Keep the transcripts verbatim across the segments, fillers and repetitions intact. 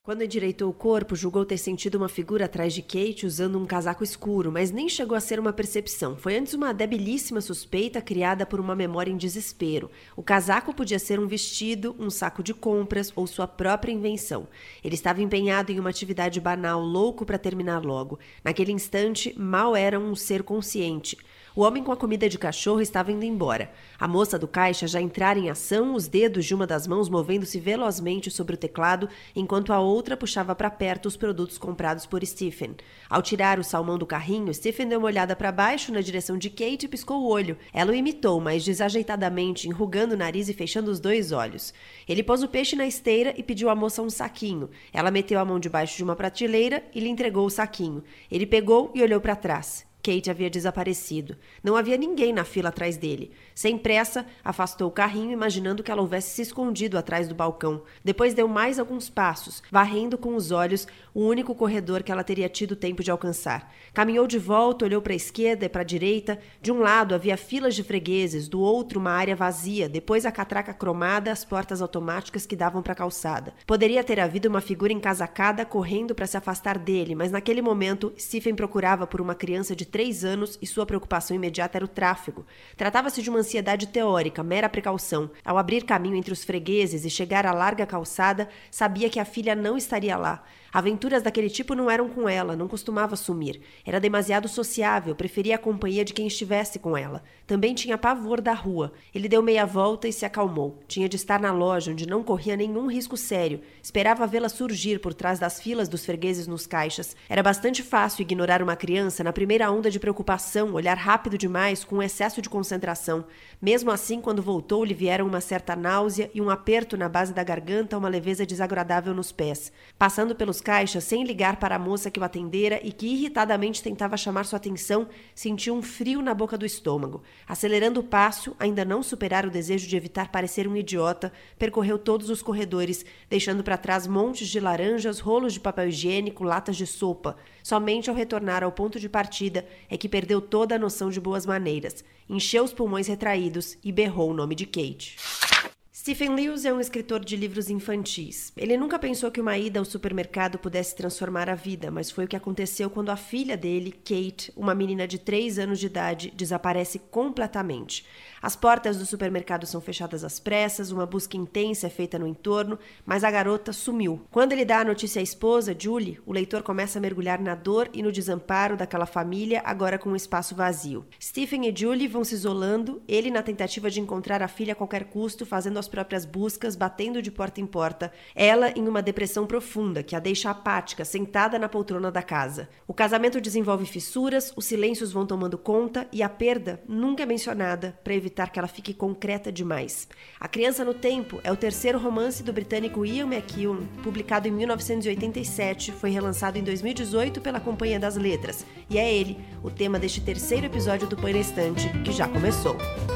Quando endireitou o corpo, julgou ter sentido uma figura atrás de Kate usando um casaco escuro, mas nem chegou a ser uma percepção. Foi antes uma debilíssima suspeita criada por uma memória em desespero. O casaco podia ser um vestido, um saco de compras ou sua própria invenção. Ele estava empenhado em uma atividade banal, louco para terminar logo. Naquele instante, mal era um ser consciente. O homem com a comida de cachorro estava indo embora. A moça do caixa já entrara em ação, os dedos de uma das mãos movendo-se velozmente sobre o teclado, enquanto a outra puxava para perto os produtos comprados por Stephen. Ao tirar o salmão do carrinho, Stephen deu uma olhada para baixo na direção de Kate e piscou o olho. Ela o imitou, mas desajeitadamente, enrugando o nariz e fechando os dois olhos. Ele pôs o peixe na esteira e pediu à moça um saquinho. Ela meteu a mão debaixo de uma prateleira e lhe entregou o saquinho. Ele pegou e olhou para trás. Kate havia desaparecido. Não havia ninguém na fila atrás dele. Sem pressa, afastou o carrinho, imaginando que ela houvesse se escondido atrás do balcão. Depois deu mais alguns passos, varrendo com os olhos o único corredor que ela teria tido tempo de alcançar. Caminhou de volta, olhou para a esquerda e para a direita. De um lado havia filas de fregueses, do outro uma área vazia, depois a catraca cromada, as portas automáticas que davam para a calçada. Poderia ter havido uma figura encasacada correndo para se afastar dele, mas naquele momento Stephen procurava por uma criança de três anos e sua preocupação imediata era o tráfego. Tratava-se de uma ansiedade teórica, mera precaução. Ao abrir caminho entre os fregueses e chegar à larga calçada, sabia que a filha não estaria lá. Aventuras daquele tipo não eram com ela, não costumava sumir. Era demasiado sociável, preferia a companhia de quem estivesse com ela. Também tinha pavor da rua. Ele deu meia volta e se acalmou. Tinha de estar na loja, onde não corria nenhum risco sério. Esperava vê-la surgir por trás das filas dos fregueses nos caixas. Era bastante fácil ignorar uma criança na primeira onda de preocupação, olhar rápido demais, com um excesso de concentração. Mesmo assim, quando voltou, lhe vieram uma certa náusea e um aperto na base da garganta, uma leveza desagradável nos pés. Passando pelos caixas, sem ligar para a moça que o atendera e que irritadamente tentava chamar sua atenção, sentiu um frio na boca do estômago. Acelerando o passo, ainda não superara o desejo de evitar parecer um idiota, percorreu todos os corredores, deixando para trás montes de laranjas, rolos de papel higiênico, latas de sopa. Somente ao retornar ao ponto de partida é que perdeu toda a noção de boas maneiras. Encheu os pulmões retraídos e berrou o nome de Kate. Stephen Lewis é um escritor de livros infantis. Ele nunca pensou que uma ida ao supermercado pudesse transformar a vida, mas foi o que aconteceu quando a filha dele, Kate, uma menina de três anos de idade, desaparece completamente. As portas do supermercado são fechadas às pressas, uma busca intensa é feita no entorno, mas a garota sumiu. Quando ele dá a notícia à esposa, Julie, o leitor começa a mergulhar na dor e no desamparo daquela família, agora com um espaço vazio. Stephen e Julie vão se isolando, ele na tentativa de encontrar a filha a qualquer custo, fazendo as próprias buscas, batendo de porta em porta, ela em uma depressão profunda que a deixa apática, sentada na poltrona da casa. O casamento desenvolve fissuras, os silêncios vão tomando conta e a perda nunca é mencionada para evitar evitar que ela fique concreta demais. A Criança no Tempo é o terceiro romance do britânico Ian McEwan, publicado em mil novecentos e oitenta e sete, foi relançado em dois mil e dezoito pela Companhia das Letras, e é ele o tema deste terceiro episódio do Põe na Estante, que já começou.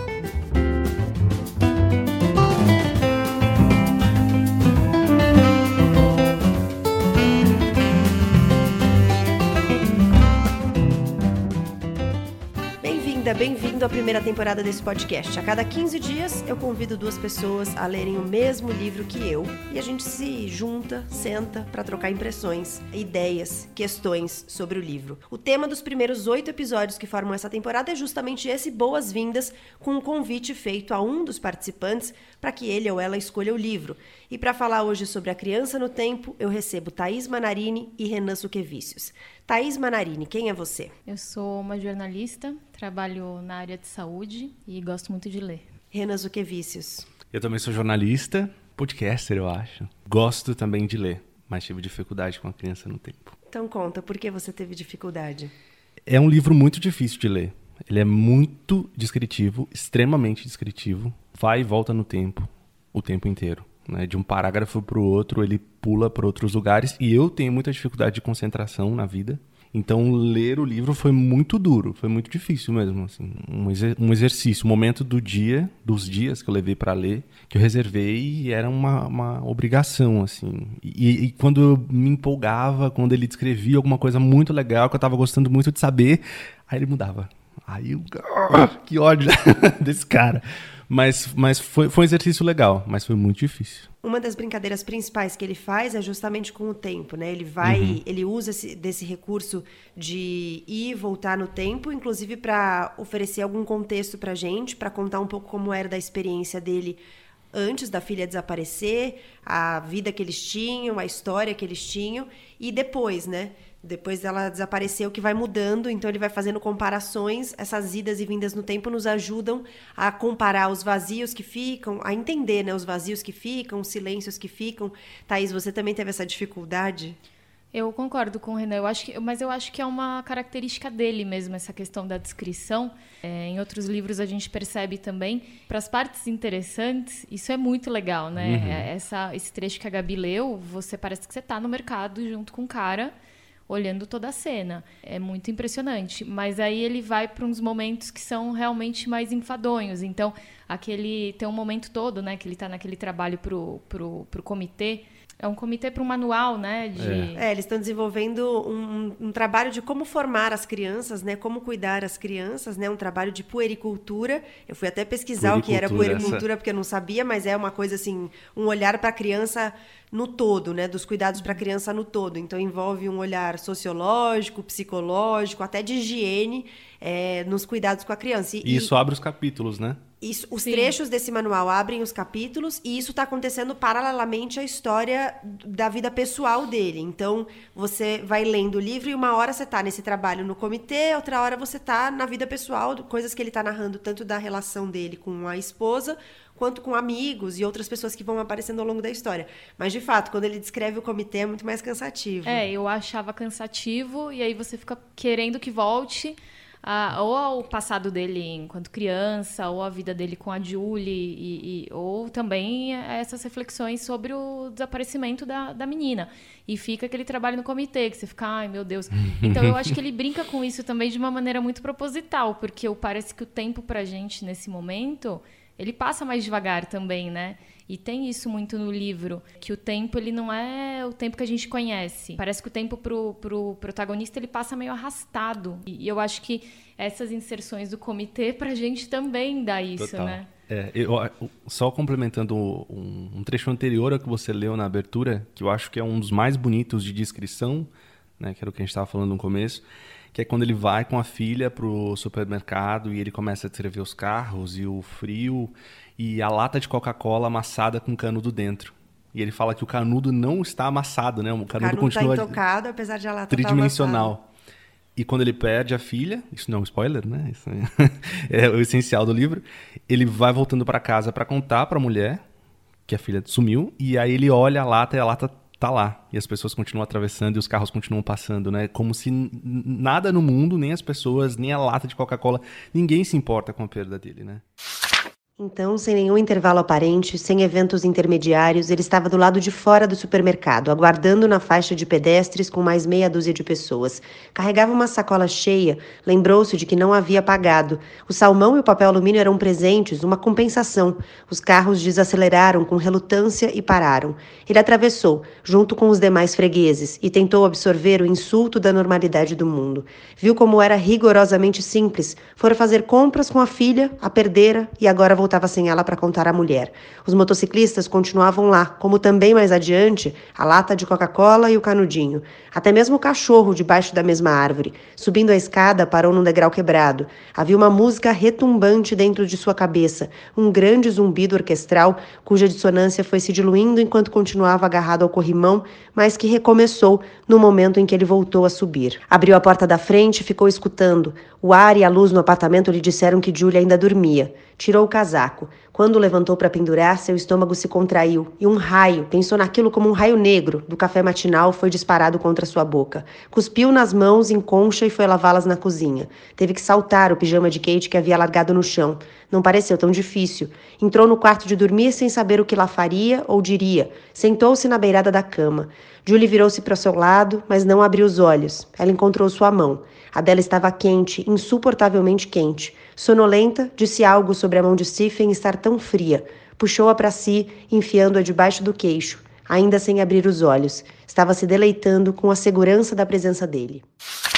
Bem-vindo à primeira temporada desse podcast. A cada quinze dias eu convido duas pessoas a lerem o mesmo livro que eu e a gente se junta, senta para trocar impressões, ideias, questões sobre o livro. O tema dos primeiros oito episódios que formam essa temporada é justamente esse, boas-vindas, com um convite feito a um dos participantes para que ele ou ela escolha o livro. E para falar hoje sobre A Criança no Tempo, eu recebo Thaís Manarini e Renan Suquevicius. Thaís Manarini, quem é você? Eu sou uma jornalista, trabalho na área de saúde e gosto muito de ler. Renan Suquevicius. Eu também sou jornalista, podcaster, eu acho. Gosto também de ler, mas tive dificuldade com A Criança no Tempo. Então conta, por que você teve dificuldade? É um livro muito difícil de ler. Ele é muito descritivo, extremamente descritivo. Vai e volta no tempo, o tempo inteiro. Né? De um parágrafo para o outro, ele pula para outros lugares. E eu tenho muita dificuldade de concentração na vida. Então, ler o livro foi muito duro, foi muito difícil mesmo. Assim, um, exer- um exercício, um momento do dia, dos dias que eu levei para ler, que eu reservei e era uma, uma obrigação. Assim. E, e quando eu me empolgava, quando ele descrevia alguma coisa muito legal, que eu estava gostando muito de saber, aí ele mudava. Aí eu... Que ódio desse cara. Mas, mas foi, foi um exercício legal, mas foi muito difícil. Uma das brincadeiras principais que ele faz é justamente com o tempo, né? Ele vai, uhum. ele usa esse, desse recurso de ir e voltar no tempo, inclusive para oferecer algum contexto pra gente, para contar um pouco como era da experiência dele antes da filha desaparecer, a vida que eles tinham, a história que eles tinham, e depois, né? Depois dela desaparecer, o que vai mudando, então ele vai fazendo comparações. Essas idas e vindas no tempo nos ajudam a comparar os vazios que ficam, a entender, né, os vazios que ficam, os silêncios que ficam. Thaís, você também teve essa dificuldade? Eu concordo com o Renan, eu acho que, mas eu acho que é uma característica dele mesmo, essa questão da descrição. É, em outros livros a gente percebe também. Para as partes interessantes, isso é muito legal, né? Uhum. Essa, esse trecho que a Gabi leu, você parece que você está no mercado junto com o cara, olhando toda a cena. É muito impressionante. Mas aí ele vai para uns momentos que são realmente mais enfadonhos. Então, aquele, tem um momento todo, né, que ele está naquele trabalho pro, pro, pro comitê. É um comitê para um manual, né? De... É. é, eles estão desenvolvendo um, um trabalho de como formar as crianças, né? Como cuidar as crianças, né? Um trabalho de puericultura. Eu fui até pesquisar o que era puericultura, essa... porque eu não sabia, mas é uma coisa assim, um olhar para a criança no todo, né? Dos cuidados para a criança no todo. Então, envolve um olhar sociológico, psicológico, até de higiene é, nos cuidados com a criança. E, e isso abre os capítulos, né? Isso, os Sim. trechos desse manual abrem os capítulos e isso está acontecendo paralelamente à história da vida pessoal dele. Então, você vai lendo o livro e uma hora você está nesse trabalho no comitê, outra hora você está na vida pessoal, coisas que ele está narrando tanto da relação dele com a esposa, quanto com amigos e outras pessoas que vão aparecendo ao longo da história. Mas, de fato, quando ele descreve o comitê, é muito mais cansativo. É, eu achava cansativo e aí você fica querendo que volte... Ah, ou ao passado dele enquanto criança, ou a vida dele com a Julie, e, e, ou também essas reflexões sobre o desaparecimento da, da menina. E fica aquele trabalho no comitê, que você fica, ai meu Deus. Então eu acho que ele brinca com isso também de uma maneira muito proposital, porque parece que o tempo pra gente nesse momento, ele passa mais devagar também, né? E tem isso muito no livro, que o tempo ele não é o tempo que a gente conhece. Parece que o tempo pro, pro protagonista ele passa meio arrastado. E eu acho que essas inserções do comitê pra gente também dá isso, Total. Né? É, eu, só complementando um, um trecho anterior ao que você leu na abertura, que eu acho que é um dos mais bonitos de descrição, né, que era o que a gente estava falando no começo, que é quando ele vai com a filha pro supermercado e ele começa a descrever os carros e o frio e a lata de Coca-Cola amassada com canudo dentro. E ele fala que o canudo não está amassado, né? O canudo, o canudo continua tá intocado, apesar de a lata tridimensional. Tá e quando ele perde a filha, isso não é um spoiler, né? Isso é, é o essencial do livro. Ele vai voltando para casa para contar para a mulher que a filha sumiu e aí ele olha a lata e a lata tá lá. E as pessoas continuam atravessando e os carros continuam passando, né? Como se n- nada no mundo, nem as pessoas, nem a lata de Coca-Cola, ninguém se importa com a perda dele, né? Então, sem nenhum intervalo aparente, sem eventos intermediários, ele estava do lado de fora do supermercado, aguardando na faixa de pedestres com mais meia dúzia de pessoas. Carregava uma sacola cheia, lembrou-se de que não havia pagado. O salmão e o papel alumínio eram presentes, uma compensação. Os carros desaceleraram com relutância e pararam. Ele atravessou, junto com os demais fregueses, e tentou absorver o insulto da normalidade do mundo. Viu como era rigorosamente simples. Fora fazer compras com a filha, a perdera e agora voltava sem ela para contar à mulher. Os motociclistas continuavam lá, como também mais adiante, a lata de Coca-Cola e o canudinho. Até mesmo o cachorro debaixo da mesma árvore. Subindo a escada, parou num degrau quebrado. Havia uma música retumbante dentro de sua cabeça, um grande zumbido orquestral, cuja dissonância foi se diluindo enquanto continuava agarrado ao corrimão, mas que recomeçou no momento em que ele voltou a subir. Abriu a porta da frente e ficou escutando. O ar e a luz no apartamento lhe disseram que Julia ainda dormia. Tirou o casaco. Quando o levantou para pendurar, seu estômago se contraiu e um raio, pensou naquilo como um raio negro, do café matinal foi disparado contra sua boca. Cuspiu nas mãos em concha e foi lavá-las na cozinha. Teve que saltar o pijama de Kate que havia largado no chão. Não pareceu tão difícil. Entrou no quarto de dormir sem saber o que lá faria ou diria. Sentou-se na beirada da cama. Julie virou-se para o seu lado, mas não abriu os olhos. Ela encontrou sua mão. A dela estava quente, insuportavelmente quente. Sonolenta, disse algo sobre a mão de Stephen estar tão fria. Puxou-a para si, enfiando-a debaixo do queixo, ainda sem abrir os olhos. Estava se deleitando com a segurança da presença dele.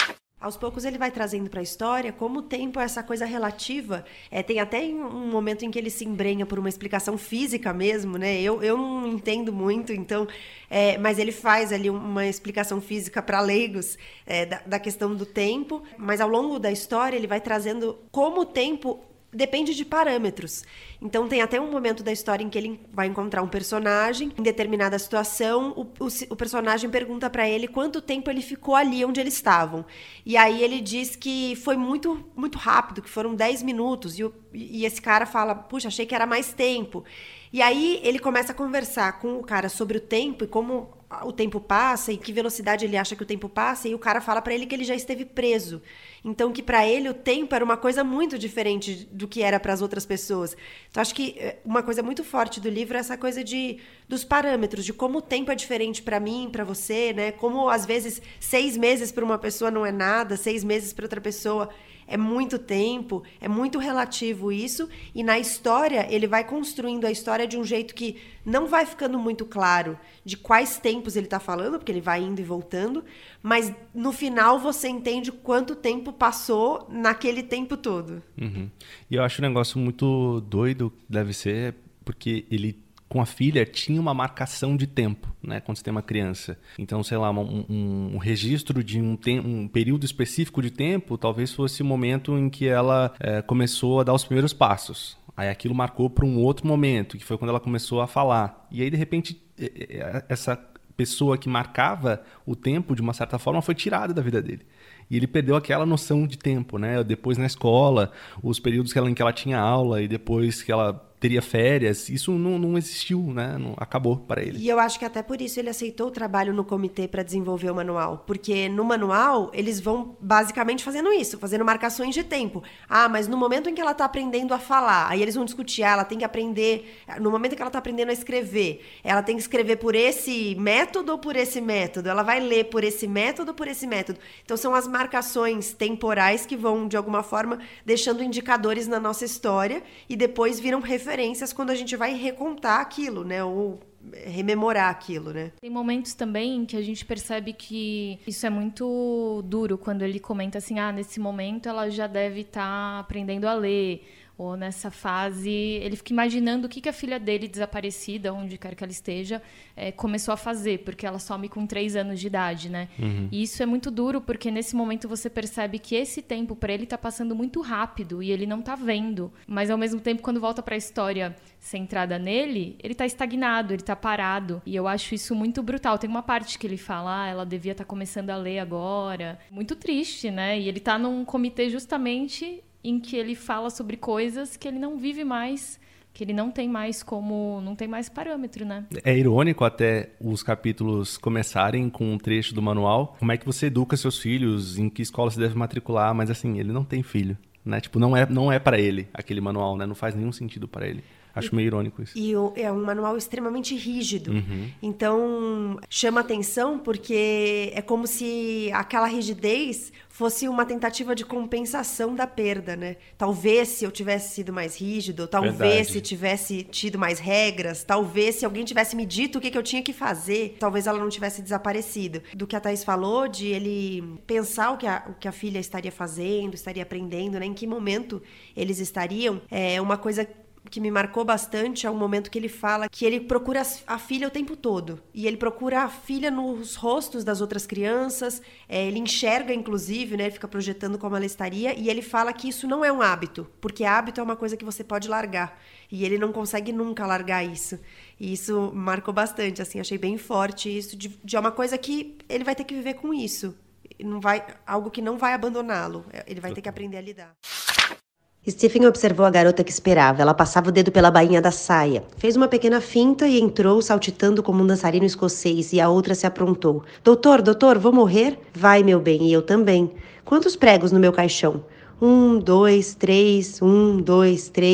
Aos poucos ele vai trazendo para a história como o tempo é essa coisa relativa. É, tem até um momento em que ele se embrenha por uma explicação física mesmo, né? Eu, eu não entendo muito, então, é, mas ele faz ali uma explicação física para leigos é, da, da questão do tempo. Mas ao longo da história ele vai trazendo como o tempo depende de parâmetros. Então, tem até um momento da história em que ele vai encontrar um personagem em determinada situação. O, o, o personagem pergunta para ele quanto tempo ele ficou ali onde eles estavam. E aí ele diz que foi muito, muito rápido, que foram dez minutos. E, o, e esse cara fala, puxa, achei que era mais tempo. E aí ele começa a conversar com o cara sobre o tempo e como o tempo passa e que velocidade ele acha que o tempo passa, e o cara fala para ele que ele já esteve preso. Então, que para ele o tempo era uma coisa muito diferente do que era para as outras pessoas. Então, acho que uma coisa muito forte do livro é essa coisa de, dos parâmetros, de como o tempo é diferente para mim, para você, né? Como, às vezes, seis meses para uma pessoa não é nada, seis meses para outra pessoa é muito tempo, é muito relativo isso, e na história ele vai construindo a história de um jeito que não vai ficando muito claro de quais tempos ele está falando, porque ele vai indo e voltando, mas no final você entende quanto tempo passou naquele tempo todo. Uhum. E eu acho um negócio muito doido, deve ser, porque ele com a filha tinha uma marcação de tempo, né, quando você tem uma criança. Então, sei lá, um, um, um registro de um, tem, um período específico de tempo, talvez fosse o momento em que ela é, começou a dar os primeiros passos. Aí aquilo marcou para um outro momento, que foi quando ela começou a falar. E aí, de repente, essa pessoa que marcava o tempo, de uma certa forma, foi tirada da vida dele. E ele perdeu aquela noção de tempo, né? Depois na escola, os períodos que ela, em que ela tinha aula e depois que ela teria férias, isso não, não existiu, né? Não, acabou para ele. E eu acho que até por isso ele aceitou o trabalho no comitê para desenvolver o manual, porque no manual eles vão basicamente fazendo isso, fazendo marcações de tempo. Ah, mas no momento em que ela está aprendendo a falar, aí eles vão discutir, ah, ela tem que aprender, no momento em que ela está aprendendo a escrever, ela tem que escrever por esse método ou por esse método? Ela vai ler por esse método ou por esse método? Então são as marcações temporais que vão, de alguma forma, deixando indicadores na nossa história e depois viram referências quando a gente vai recontar aquilo, né? Ou rememorar aquilo, né? Tem momentos também que a gente percebe que isso é muito duro, quando ele comenta assim, ah, nesse momento ela já deve estar aprendendo a ler, ou nessa fase, ele fica imaginando o que, que a filha dele, desaparecida, onde quer que ela esteja, é, começou a fazer, porque ela some com três anos de idade, né? Uhum. E isso é muito duro, porque nesse momento você percebe que esse tempo para ele está passando muito rápido e ele não está vendo. Mas, ao mesmo tempo, quando volta para a história centrada nele, ele está estagnado, ele está parado. E eu acho isso muito brutal. Tem uma parte que ele fala, ah, ela devia estar tá começando a ler agora. Muito triste, né? E ele está num comitê justamente em que ele fala sobre coisas que ele não vive mais, que ele não tem mais como, não tem mais parâmetro, né? É irônico até os capítulos começarem com um trecho do manual, como é que você educa seus filhos, em que escola você deve matricular, mas assim, ele não tem filho, né? Tipo, não é, não é para ele aquele manual, né? Não faz nenhum sentido para ele. Acho meio irônico isso. E o, é um manual extremamente rígido. Uhum. Então, chama atenção porque é como se aquela rigidez fosse uma tentativa de compensação da perda, né? Talvez se eu tivesse sido mais rígido, talvez Verdade. se tivesse tido mais regras, talvez se alguém tivesse me dito o que, que eu tinha que fazer, talvez ela não tivesse desaparecido. Do que a Thaís falou, de ele pensar o que a, o que a filha estaria fazendo, estaria aprendendo, né? Em que momento eles estariam, é uma coisa que me marcou bastante é o momento que ele fala que ele procura a filha o tempo todo. E ele procura a filha nos rostos das outras crianças, é, ele enxerga, inclusive, né, ele fica projetando como ela estaria, e ele fala que isso não é um hábito, porque hábito é uma coisa que você pode largar. E ele não consegue nunca largar isso. E isso marcou bastante, assim, achei bem forte isso, de, de uma coisa que ele vai ter que viver com isso. Não vai, algo que não vai abandoná-lo, ele vai ter que aprender a lidar. Stephen observou a garota que esperava. Ela passava o dedo pela bainha da saia. Fez uma pequena finta e entrou, saltitando como um dançarino escocês, e a outra se aprontou. Doutor, doutor, vou morrer? Vai, meu bem, e eu também. Quantos pregos no meu caixão? Um, dois, três, um, dois, três.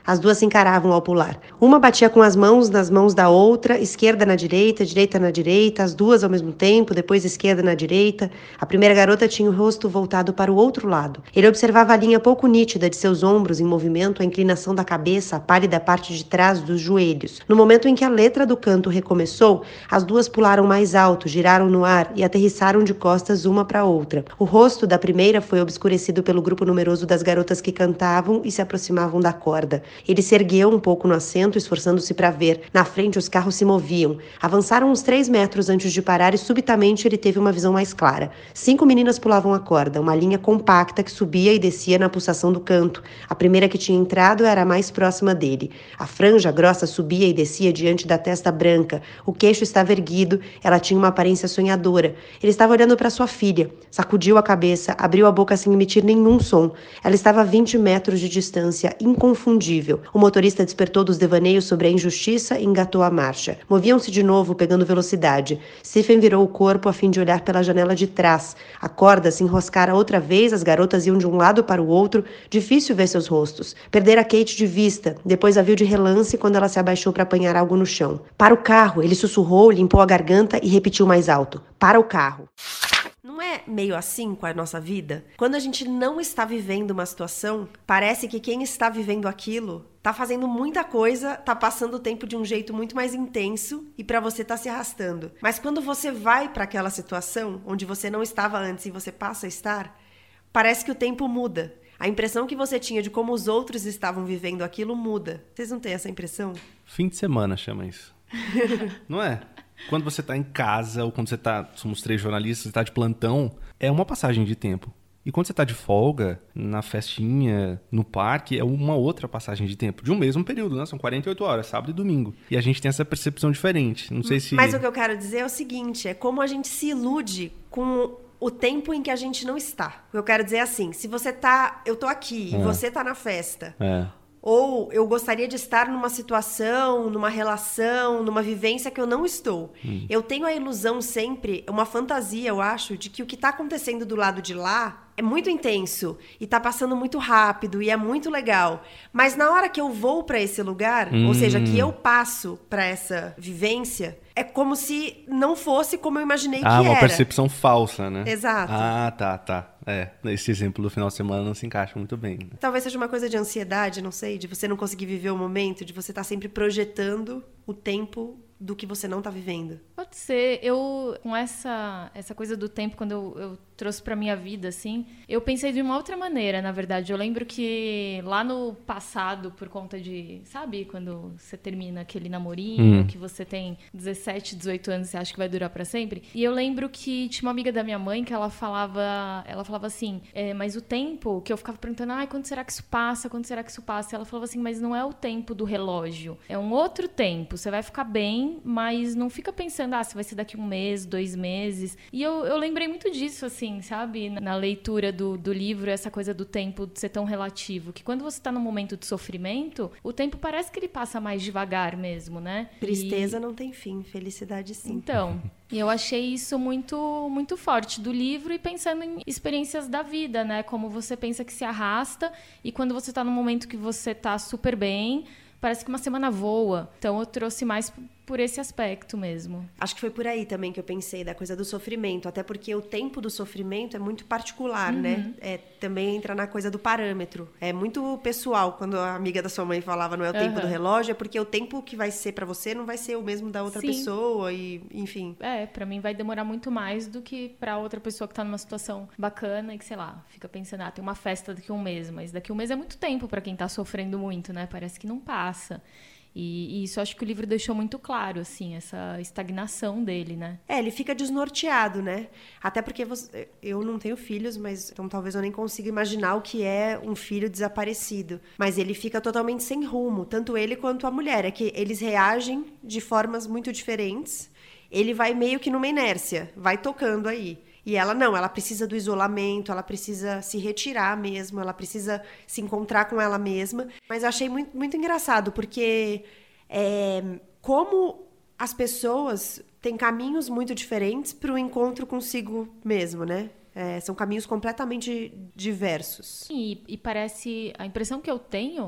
As duas se encaravam ao pular. Uma batia com as mãos nas mãos da outra, esquerda na direita, direita na direita, as duas ao mesmo tempo, depois esquerda na direita. A primeira garota tinha o rosto voltado para o outro lado. Ele observava a linha pouco nítida de seus ombros em movimento, a inclinação da cabeça, a pálida parte de trás dos joelhos. No momento em que a letra do canto recomeçou, as duas pularam mais alto, giraram no ar e aterrissaram de costas uma para a outra. O rosto da primeira foi obscurecido pelo grupo numeroso das garotas que cantavam e se aproximavam da corda. Ele se ergueu um pouco no assento, esforçando-se para ver. Na frente, os carros se moviam. Avançaram uns três metros antes de parar e, subitamente, ele teve uma visão mais clara. Cinco meninas pulavam a corda, uma linha compacta que subia e descia na pulsação do canto. A primeira que tinha entrado era a mais próxima dele. A franja grossa subia e descia diante da testa branca. O queixo estava erguido, ela tinha uma aparência sonhadora. Ele estava olhando para sua filha. Sacudiu a cabeça, abriu a boca sem emitir nenhum som. Ela estava a vinte metros de distância, inconfundível. O motorista despertou dos devaneios sobre a injustiça e engatou a marcha. Moviam-se de novo, pegando velocidade. Stephen virou o corpo a fim de olhar pela janela de trás. A corda se enroscara outra vez, as garotas iam de um lado para o outro. Difícil ver seus rostos. Perdera Kate de vista. Depois a viu de relance quando ela se abaixou para apanhar algo no chão. Para o carro! Ele sussurrou, limpou a garganta e repetiu mais alto. Para o carro! Não é meio assim com a nossa vida? Quando a gente não está vivendo uma situação, parece que quem está vivendo aquilo tá fazendo muita coisa, tá passando o tempo de um jeito muito mais intenso e pra você tá se arrastando. Mas quando você vai pra aquela situação onde você não estava antes e você passa a estar, parece que o tempo muda. A impressão que você tinha de como os outros estavam vivendo aquilo muda. Vocês não têm essa impressão? Fim de semana chama isso. Não é? Quando você tá em casa ou quando você tá... Somos três jornalistas, você tá de plantão, é uma passagem de tempo. E quando você tá de folga, na festinha, no parque, é uma outra passagem de tempo. De um mesmo período, né? São quarenta e oito horas, sábado e domingo. E a gente tem essa percepção diferente. Não sei se... Mas o que eu quero dizer é o seguinte, é como a gente se ilude com o tempo em que a gente não está. O que eu quero dizer é assim, se você tá... Eu tô aqui é. e você tá na festa... É. Ou eu gostaria de estar numa situação, numa relação, numa vivência que eu não estou. Hum. Eu tenho a ilusão sempre, uma fantasia, eu acho, de que o que está acontecendo do lado de lá é muito intenso e tá passando muito rápido e é muito legal. Mas na hora que eu vou para esse lugar, hum. ou seja, que eu passo para essa vivência, é como se não fosse como eu imaginei ah, que era. Ah, uma percepção falsa, né? Exato. Ah, tá, tá. É, esse exemplo do final de semana não se encaixa muito bem. Né? Talvez seja uma coisa de ansiedade, não sei, de você não conseguir viver o momento, de você estar sempre projetando o tempo do que você não está vivendo. Pode ser. Eu, com essa, essa coisa do tempo, quando eu, eu trouxe pra minha vida, assim, eu pensei de uma outra maneira, na verdade. Eu lembro que lá no passado, por conta de, sabe, quando você termina aquele namorinho, hum. que você tem dezessete, dezoito anos e você acha que vai durar pra sempre. E eu lembro que tinha uma amiga da minha mãe que ela falava, ela falava assim, é, mas o tempo, que eu ficava perguntando, ai, quando será que isso passa? Quando será que isso passa? E ela falava assim, mas não é o tempo do relógio, é um outro tempo. Você vai ficar bem, mas não fica pensando, ah, se vai ser daqui um mês, dois meses. E eu, eu lembrei muito disso, assim, sabe? Na leitura do, do livro, essa coisa do tempo de ser tão relativo, que quando você tá num momento de sofrimento, o tempo parece que ele passa mais devagar mesmo, né? Tristeza e... não tem fim, felicidade sim. Então, eu achei isso muito, muito forte do livro e pensando em experiências da vida, né? Como você pensa que se arrasta e quando você tá num momento que você tá super bem, parece que uma semana voa. Então, eu trouxe mais por esse aspecto mesmo. Acho que foi por aí também que eu pensei, da coisa do sofrimento. Até porque o tempo do sofrimento é muito particular, uhum. né? É, também entra na coisa do parâmetro. É muito pessoal. Quando a amiga da sua mãe falava não é o tempo uhum. do relógio, é porque o tempo que vai ser pra você não vai ser o mesmo da outra Sim. pessoa. E, enfim. É, pra mim vai demorar muito mais do que pra outra pessoa que tá numa situação bacana e que, sei lá, fica pensando, ah, tem uma festa daqui a um mês. Mas daqui a um mês é muito tempo pra quem tá sofrendo muito, né? Parece que não passa. E, e isso acho que o livro deixou muito claro, assim, essa estagnação dele, né? É, ele fica desnorteado, né? Até porque você, eu não tenho filhos, mas então talvez eu nem consiga imaginar o que é um filho desaparecido. Mas ele fica totalmente sem rumo, tanto ele quanto a mulher. É que eles reagem de formas muito diferentes. Ele vai meio que numa inércia, vai tocando aí. E ela não, ela precisa do isolamento, ela precisa se retirar mesmo, ela precisa se encontrar com ela mesma. Mas eu achei muito, muito engraçado, porque é, como as pessoas têm caminhos muito diferentes para o encontro consigo mesmo, né? É, são caminhos completamente diversos. Sim, e, e parece... A impressão que eu tenho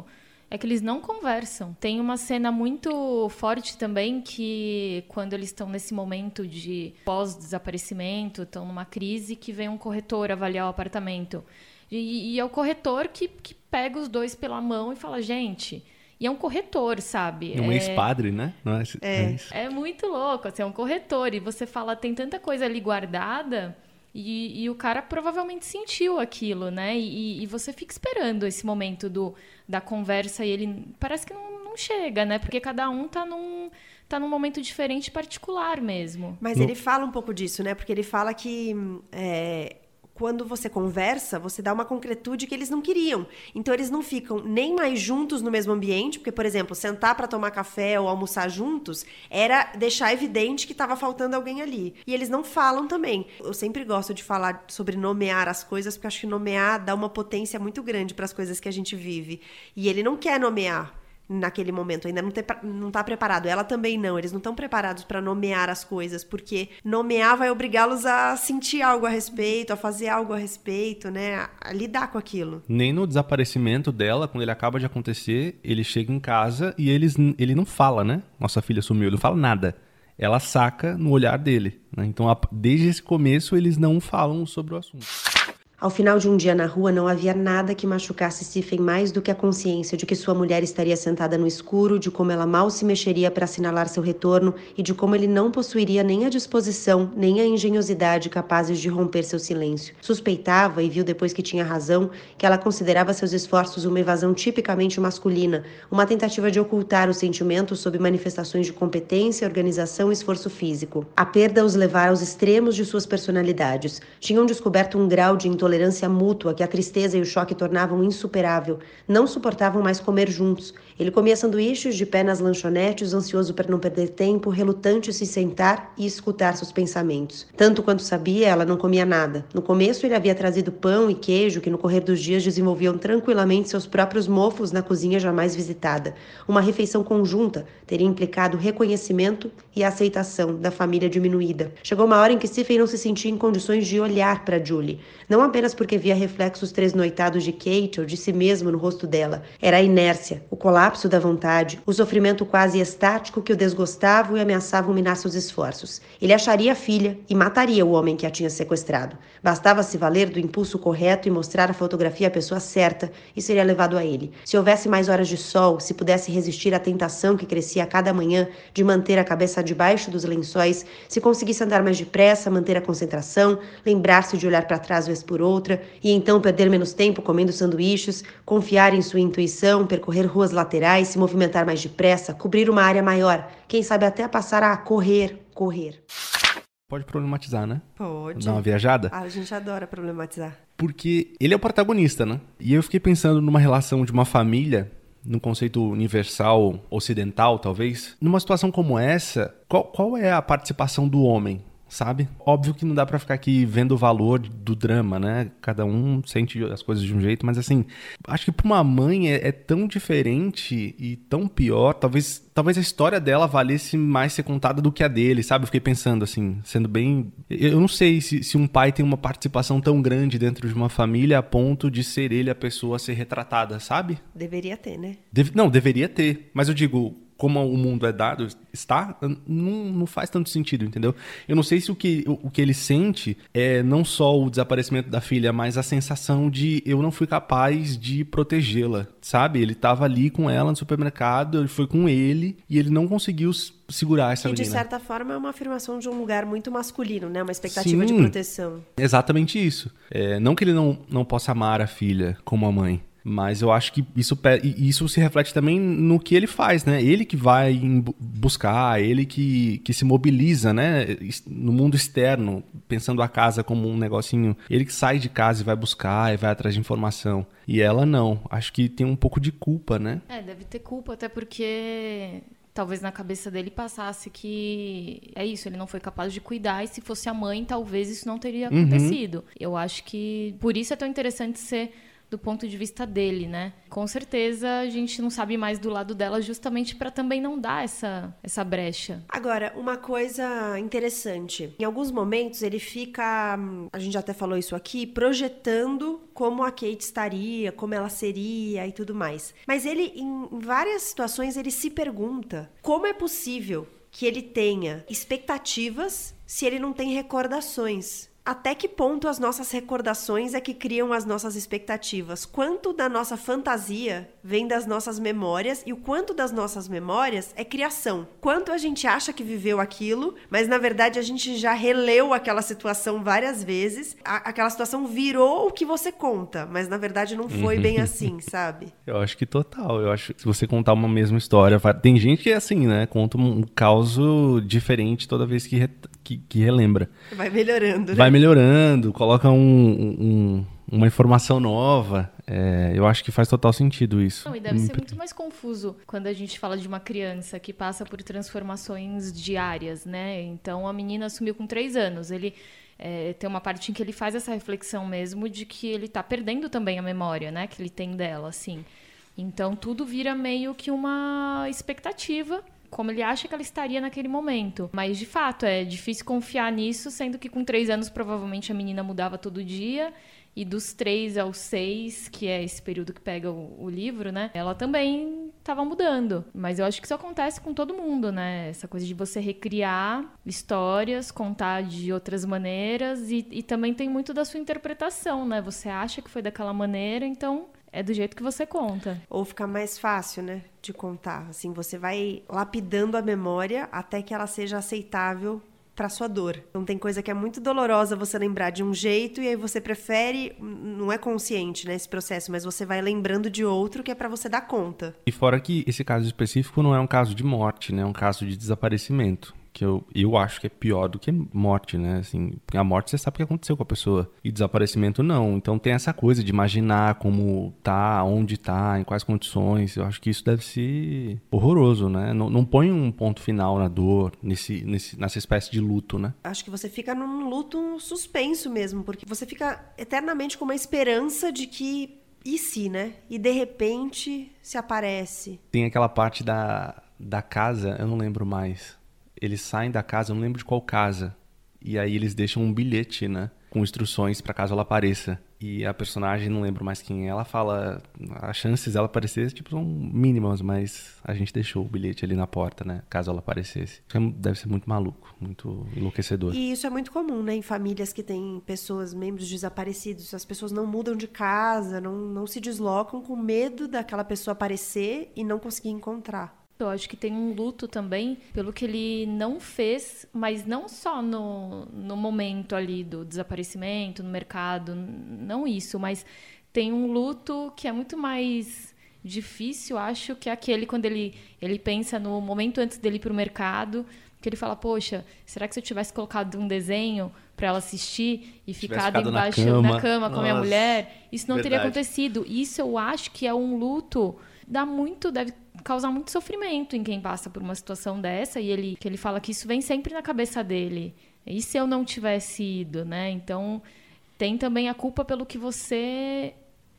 é que eles não conversam. Tem uma cena muito forte também que quando eles estão nesse momento de pós-desaparecimento, estão numa crise, que vem um corretor avaliar o apartamento. E, e é o corretor que, que pega os dois pela mão e fala, gente... E é um corretor, sabe? É um é... ex-padre, né? Não é, é, é, é muito louco, assim, é um corretor. E você fala, tem tanta coisa ali guardada... E, e o cara provavelmente sentiu aquilo, né? E, e você fica esperando esse momento do, da conversa e ele parece que não, não chega, né? Porque cada um tá num, tá num momento diferente, particular mesmo. Mas no... ele fala um pouco disso, né? Porque ele fala que... É... Quando você conversa, você dá uma concretude que eles não queriam. Então, eles não ficam nem mais juntos no mesmo ambiente, porque, por exemplo, sentar para tomar café ou almoçar juntos era deixar evidente que estava faltando alguém ali. E eles não falam também. Eu sempre gosto de falar sobre nomear as coisas, porque eu acho que nomear dá uma potência muito grande para as coisas que a gente vive. E ele não quer nomear naquele momento, ainda não, ter, não tá preparado. Ela também não, eles não estão preparados para nomear as coisas, porque nomear vai obrigá-los a sentir algo a respeito, a fazer algo a respeito, né, a, a lidar com aquilo. Nem no desaparecimento dela, quando ele acaba de acontecer, ele chega em casa e eles, ele não fala, né? Nossa filha sumiu, ele não fala nada. Ela saca no olhar dele, né? Então, desde esse começo, eles não falam sobre o assunto. Ao final de um dia na rua, não havia nada que machucasse Stephen mais do que a consciência de que sua mulher estaria sentada no escuro, de como ela mal se mexeria para assinalar seu retorno e de como ele não possuiria nem a disposição, nem a engenhosidade capazes de romper seu silêncio. Suspeitava, e viu depois que tinha razão, que ela considerava seus esforços uma evasão tipicamente masculina, uma tentativa de ocultar os sentimentos sob manifestações de competência, organização e esforço físico. A perda os levara aos extremos de suas personalidades. Tinham descoberto um grau de intolerância Tolerância mútua que a tristeza e o choque tornavam insuperável. Não suportavam mais comer juntos. Ele comia sanduíches de pé nas lanchonetes, ansioso para não perder tempo, relutante se sentar e escutar seus pensamentos. Tanto quanto sabia, ela não comia nada. No começo, ele havia trazido pão e queijo que no correr dos dias desenvolviam tranquilamente seus próprios mofos na cozinha jamais visitada. Uma refeição conjunta teria implicado reconhecimento e aceitação da família diminuída. Chegou uma hora em que Stephen não se sentia em condições de olhar para Julie. Não apenas porque via reflexos tresnoitados de Kate ou de si mesmo no rosto dela. Era a inércia, o colapso da vontade, o sofrimento quase estático que o desgostavam e ameaçavam minar seus esforços. Ele acharia a filha e mataria o homem que a tinha sequestrado. Bastava se valer do impulso correto e mostrar a fotografia à pessoa certa e seria levado a ele. Se houvesse mais horas de sol, se pudesse resistir à tentação que crescia a cada manhã de manter a cabeça debaixo dos lençóis, se conseguisse andar mais depressa, manter a concentração, lembrar-se de olhar para trás vez por outra, e então perder menos tempo comendo sanduíches, confiar em sua intuição, percorrer ruas laterais, se movimentar mais depressa, cobrir uma área maior, quem sabe até passar a correr, correr. Pode problematizar, né? Pode. Dar uma viajada? Ah, a gente adora problematizar. Porque ele é o protagonista, né? E eu fiquei pensando numa relação de uma família, num conceito universal, ocidental, talvez. Numa situação como essa, qual, qual é a participação do homem? Sabe? Óbvio que não dá pra ficar aqui vendo o valor do drama, né? Cada um sente as coisas de um jeito, mas assim, acho que pra uma mãe é, é tão diferente e tão pior, talvez, talvez a história dela valesse mais ser contada do que a dele, sabe? Eu fiquei pensando assim, sendo bem... Eu não sei se, se um pai tem uma participação tão grande dentro de uma família a ponto de ser ele a pessoa a ser retratada, sabe? Deveria ter, né? Deve... Não, deveria ter, mas eu digo... como o mundo é dado, está, não, não faz tanto sentido, entendeu? Eu não sei se o que, o, o que ele sente é não só o desaparecimento da filha, mas a sensação de eu não fui capaz de protegê-la, sabe? Ele estava ali com ela no supermercado, ele foi com ele e ele não conseguiu segurar essa menina. E de certa forma é uma afirmação de um lugar muito masculino, né? Uma expectativa Sim, de proteção. Exatamente isso. É, não que ele não, não possa amar a filha como a mãe, mas eu acho que isso, isso se reflete também no que ele faz, né? Ele que vai buscar, ele que, que se mobiliza, né? No mundo externo, pensando a casa como um negocinho. Ele que sai de casa e vai buscar e vai atrás de informação. E ela não. Acho que tem um pouco de culpa, né? É, deve ter culpa, até porque... talvez na cabeça dele passasse que é isso, ele não foi capaz de cuidar e se fosse a mãe, talvez isso não teria acontecido. Uhum. Eu acho que por isso é tão interessante ser do ponto de vista dele, né? Com certeza a gente não sabe mais do lado dela justamente para também não dar essa, essa brecha. Agora, uma coisa interessante. Em alguns momentos ele fica, a gente já até falou isso aqui, projetando como a Kate estaria, como ela seria e tudo mais. Mas ele, em várias situações, ele se pergunta como é possível que ele tenha expectativas se ele não tem recordações. Até que ponto as nossas recordações é que criam as nossas expectativas? Quanto da nossa fantasia vem das nossas memórias e o quanto das nossas memórias é criação? Quanto a gente acha que viveu aquilo, mas na verdade a gente já releu aquela situação várias vezes. A- aquela situação virou o que você conta, mas na verdade não foi bem assim, sabe? Eu acho que total. Eu acho que se você contar uma mesma história... vai- Tem gente que é assim, né? Conta um, um caos diferente toda vez que, re... que, que relembra. Vai melhorando, né? Vai melhorando, coloca um, um, uma informação nova. É, eu acho que faz total sentido isso. Não, e deve ser muito mais confuso quando a gente fala de uma criança que passa por transformações diárias, né? Então, a menina assumiu com três anos. Ele é, tem uma parte em que ele faz essa reflexão mesmo de que ele tá perdendo também a memória, né? Que ele tem dela, assim. Então, tudo vira meio que uma expectativa, como ele acha que ela estaria naquele momento. Mas, de fato, é difícil confiar nisso, sendo que com três anos, provavelmente, a menina mudava todo dia. E dos três aos seis, que é esse período que pega o, o livro, né? Ela também estava mudando. Mas eu acho que isso acontece com todo mundo, né? Essa coisa de você recriar histórias, contar de outras maneiras. E, e também tem muito da sua interpretação, né? Você acha que foi daquela maneira, então... é do jeito que você conta. Ou fica mais fácil, né, de contar. Assim, você vai lapidando a memória até que ela seja aceitável para sua dor. Então tem coisa que é muito dolorosa você lembrar de um jeito e aí você prefere, não é consciente, né, esse processo, mas você vai lembrando de outro que é para você dar conta. E fora que esse caso específico não é um caso de morte, né? É um caso de desaparecimento. Que eu, eu acho que é pior do que morte, né? Assim, porque a morte você sabe o que aconteceu com a pessoa. E desaparecimento não. Então tem essa coisa de imaginar como tá, onde tá, em quais condições. Eu acho que isso deve ser horroroso, né? Não, não põe um ponto final na dor, nesse, nesse, nessa espécie de luto, né? Acho que você fica num luto suspenso mesmo, porque você fica eternamente com uma esperança de que... e se, né? E de repente se aparece. Tem aquela parte da, da casa, eu não lembro mais. Eles saem da casa, eu não lembro de qual casa. E aí eles deixam um bilhete, né? Com instruções pra caso ela apareça. E a personagem, não lembro mais quem é, ela fala... as chances dela aparecer, tipo, são mínimas, mas a gente deixou o bilhete ali na porta, né? Caso ela aparecesse. Isso deve ser muito maluco, muito enlouquecedor. E isso é muito comum, né? Em famílias que têm pessoas, membros desaparecidos. As pessoas não mudam de casa, não, não se deslocam com medo daquela pessoa aparecer e não conseguir encontrar. Eu acho que tem um luto também pelo que ele não fez, mas não só no, no momento ali do desaparecimento, no mercado, não isso, mas tem um luto que é muito mais difícil, acho, que é aquele quando ele, ele pensa no momento antes dele ir para o mercado, que ele fala, poxa, será que se eu tivesse colocado um desenho para ela assistir e ficado embaixo na cama, na cama com a minha mulher, isso não verdade. teria acontecido. Isso eu acho que é um luto, dá muito, deve causar muito sofrimento em quem passa por uma situação dessa, e ele, que ele fala que isso vem sempre na cabeça dele. E se eu não tivesse ido, né? Então, tem também a culpa pelo que você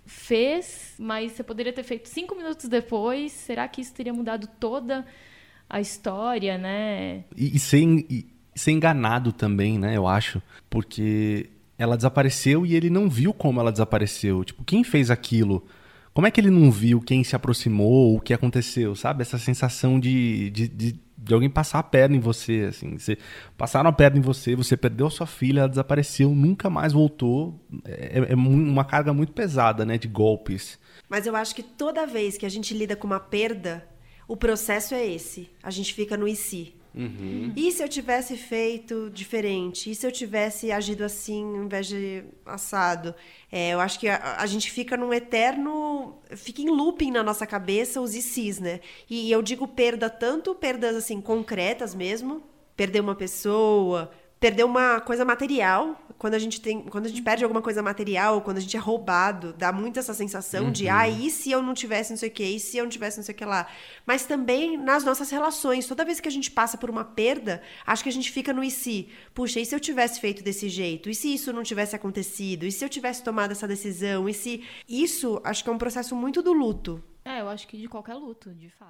fez, mas você poderia ter feito cinco minutos depois. Será que isso teria mudado toda a história, né? E, e, ser, e ser enganado também, né? Eu acho. Porque ela desapareceu e ele não viu como ela desapareceu. Tipo, quem fez aquilo? Como é que ele não viu quem se aproximou, o que aconteceu, sabe? Essa sensação de, de, de, de alguém passar a perna em você, assim. Você, passaram a perna em você, você perdeu a sua filha, ela desapareceu, nunca mais voltou. É, é uma carga muito pesada, né, de golpes. Mas eu acho que toda vez que a gente lida com uma perda, o processo é esse. A gente fica no e se. Uhum. E se eu tivesse feito diferente? E se eu tivesse agido assim, ao invés de assado? É, eu acho que a, a gente fica num eterno... Fica em looping na nossa cabeça os e se's, né? E, e eu digo perda, tanto perdas assim concretas mesmo. Perder uma pessoa... Perder uma coisa material, quando a gente tem, quando a gente perde alguma coisa material, quando a gente é roubado, dá muito essa sensação uhum. de, ah, e se eu não tivesse não sei o que, e se eu não tivesse não sei o que lá. Mas também nas nossas relações, toda vez que a gente passa por uma perda, acho que a gente fica no e se. Puxa, e se eu tivesse feito desse jeito? E se isso não tivesse acontecido? E se eu tivesse tomado essa decisão? E se... Isso, acho que é um processo muito do luto. É, eu acho que de qualquer luto, de fato.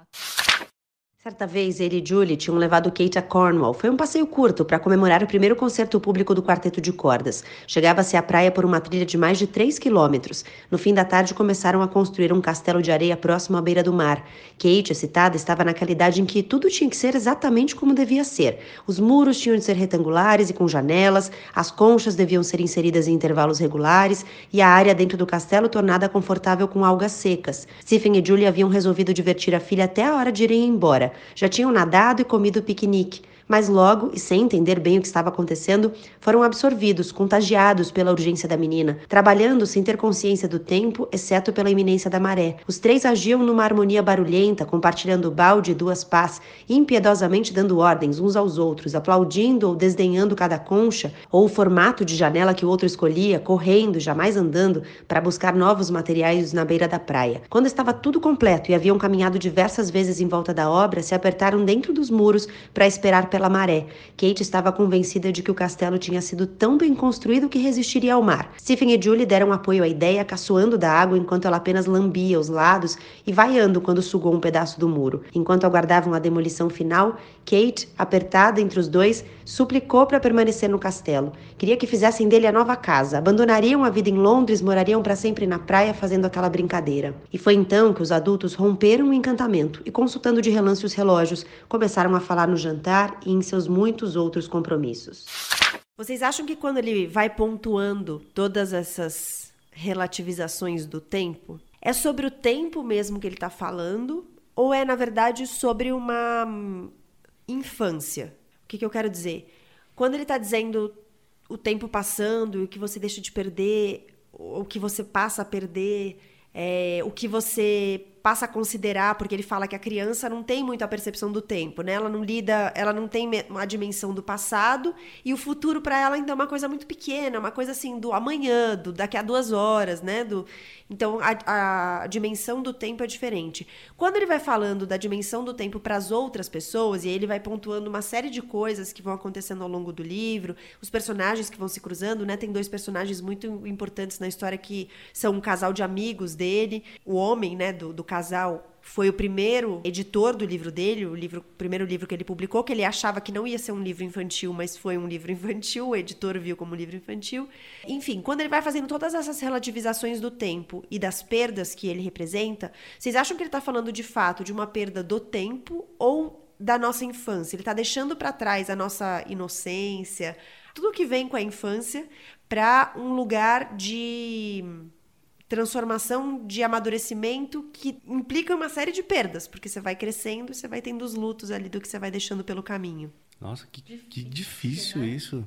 Certa vez, ele e Julie tinham levado Kate a Cornwall. Foi um passeio curto para comemorar o primeiro concerto público do quarteto de cordas. Chegava-se à praia por uma trilha de mais de três quilômetros. No fim da tarde, começaram a construir um castelo de areia próximo à beira do mar. Kate, excitada, estava naquela idade em que tudo tinha que ser exatamente como devia ser. Os muros tinham de ser retangulares e com janelas, as conchas deviam ser inseridas em intervalos regulares e a área dentro do castelo tornada confortável com algas secas. Stephen e Julie haviam resolvido divertir a filha até a hora de irem embora. Já tinham nadado e comido piquenique, mas logo, e sem entender bem o que estava acontecendo, foram absorvidos, contagiados pela urgência da menina, trabalhando sem ter consciência do tempo, exceto pela iminência da maré. Os três agiam numa harmonia barulhenta, compartilhando balde e duas pás, impiedosamente dando ordens uns aos outros, aplaudindo ou desdenhando cada concha, ou o formato de janela que o outro escolhia, correndo, jamais andando, para buscar novos materiais na beira da praia. Quando estava tudo completo e haviam caminhado diversas vezes em volta da obra, se apertaram dentro dos muros para esperar pela maré. Kate estava convencida de que o castelo tinha sido tão bem construído que resistiria ao mar. Stephen e Julie deram apoio à ideia, caçoando da água enquanto ela apenas lambia os lados e vaiando quando sugou um pedaço do muro. Enquanto aguardavam a demolição final, Kate, apertada entre os dois, suplicou para permanecer no castelo. Queria que fizessem dele a nova casa, abandonariam a vida em Londres, morariam para sempre na praia fazendo aquela brincadeira. E foi então que os adultos romperam o encantamento e, consultando de relance os relógios, começaram a falar no jantar e em seus muitos outros compromissos. Vocês acham que quando ele vai pontuando todas essas relativizações do tempo, é sobre o tempo mesmo que ele está falando ou é, na verdade, sobre uma hum, infância? O que, que eu quero dizer? Quando ele está dizendo o tempo passando, o que você deixa de perder, o que você passa a perder, é, o que você passa a considerar, porque ele fala que a criança não tem muito a percepção do tempo, né? Ela não lida, ela não tem a dimensão do passado e o futuro para ela então é uma coisa muito pequena, uma coisa assim do amanhã, do daqui a duas horas, né? Do, então a, a dimensão do tempo é diferente. Quando ele vai falando da dimensão do tempo para as outras pessoas e aí ele vai pontuando uma série de coisas que vão acontecendo ao longo do livro, os personagens que vão se cruzando, né? Tem dois personagens muito importantes na história que são um casal de amigos dele, o homem, né? Do, do casal foi o primeiro editor do livro dele, o, livro, o primeiro livro que ele publicou, que ele achava que não ia ser um livro infantil, mas foi um livro infantil, o editor viu como um livro infantil. Enfim, quando ele vai fazendo todas essas relativizações do tempo e das perdas que ele representa, vocês acham que ele está falando de fato de uma perda do tempo ou da nossa infância? Ele está deixando para trás a nossa inocência, tudo que vem com a infância, para um lugar de transformação, de amadurecimento que implica uma série de perdas, porque você vai crescendo e você vai tendo os lutos ali do que você vai deixando pelo caminho. Nossa, que difícil, que difícil isso.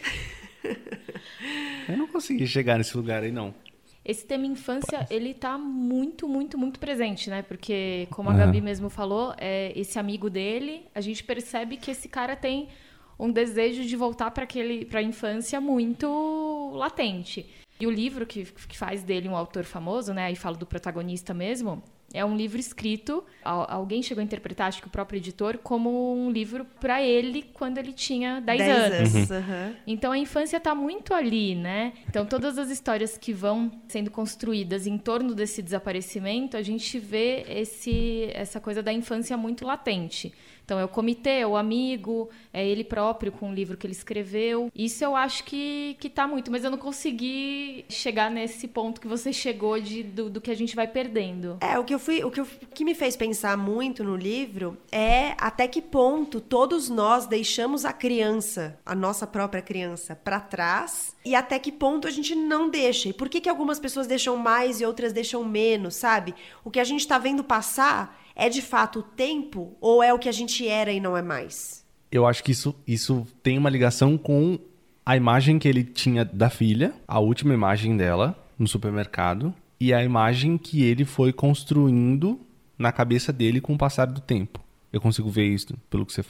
Eu não consegui chegar nesse lugar aí, não. Esse tema infância, ele tá muito, muito, muito presente, né? Porque, como a Gabi uhum. mesmo falou, é, esse amigo dele, a gente percebe que esse cara tem um desejo de voltar para aquele, para a infância muito latente. E o livro que, que faz dele um autor famoso, né? Aí falo do protagonista mesmo, é um livro escrito, alguém chegou a interpretar, acho que o próprio editor, como um livro para ele quando ele tinha dez anos. Uhum. Então a infância está muito ali, né? Então todas as histórias que vão sendo construídas em torno desse desaparecimento, a gente vê esse, essa coisa da infância muito latente. Então, é o comitê, é o amigo, é ele próprio com o livro que ele escreveu. Isso eu acho que, que tá muito, mas eu não consegui chegar nesse ponto que você chegou de, do, do que a gente vai perdendo. É, o que, eu fui, o, que eu, o que me fez pensar muito no livro é até que ponto todos nós deixamos a criança, a nossa própria criança, para trás e até que ponto a gente não deixa. E por que, que algumas pessoas deixam mais e outras deixam menos, sabe? O que a gente tá vendo passar é de fato o tempo ou é o que a gente era e não é mais? Eu acho que isso, isso tem uma ligação com a imagem que ele tinha da filha, a última imagem dela no supermercado, e a imagem que ele foi construindo na cabeça dele com o passar do tempo. Eu consigo ver isso pelo que você falou.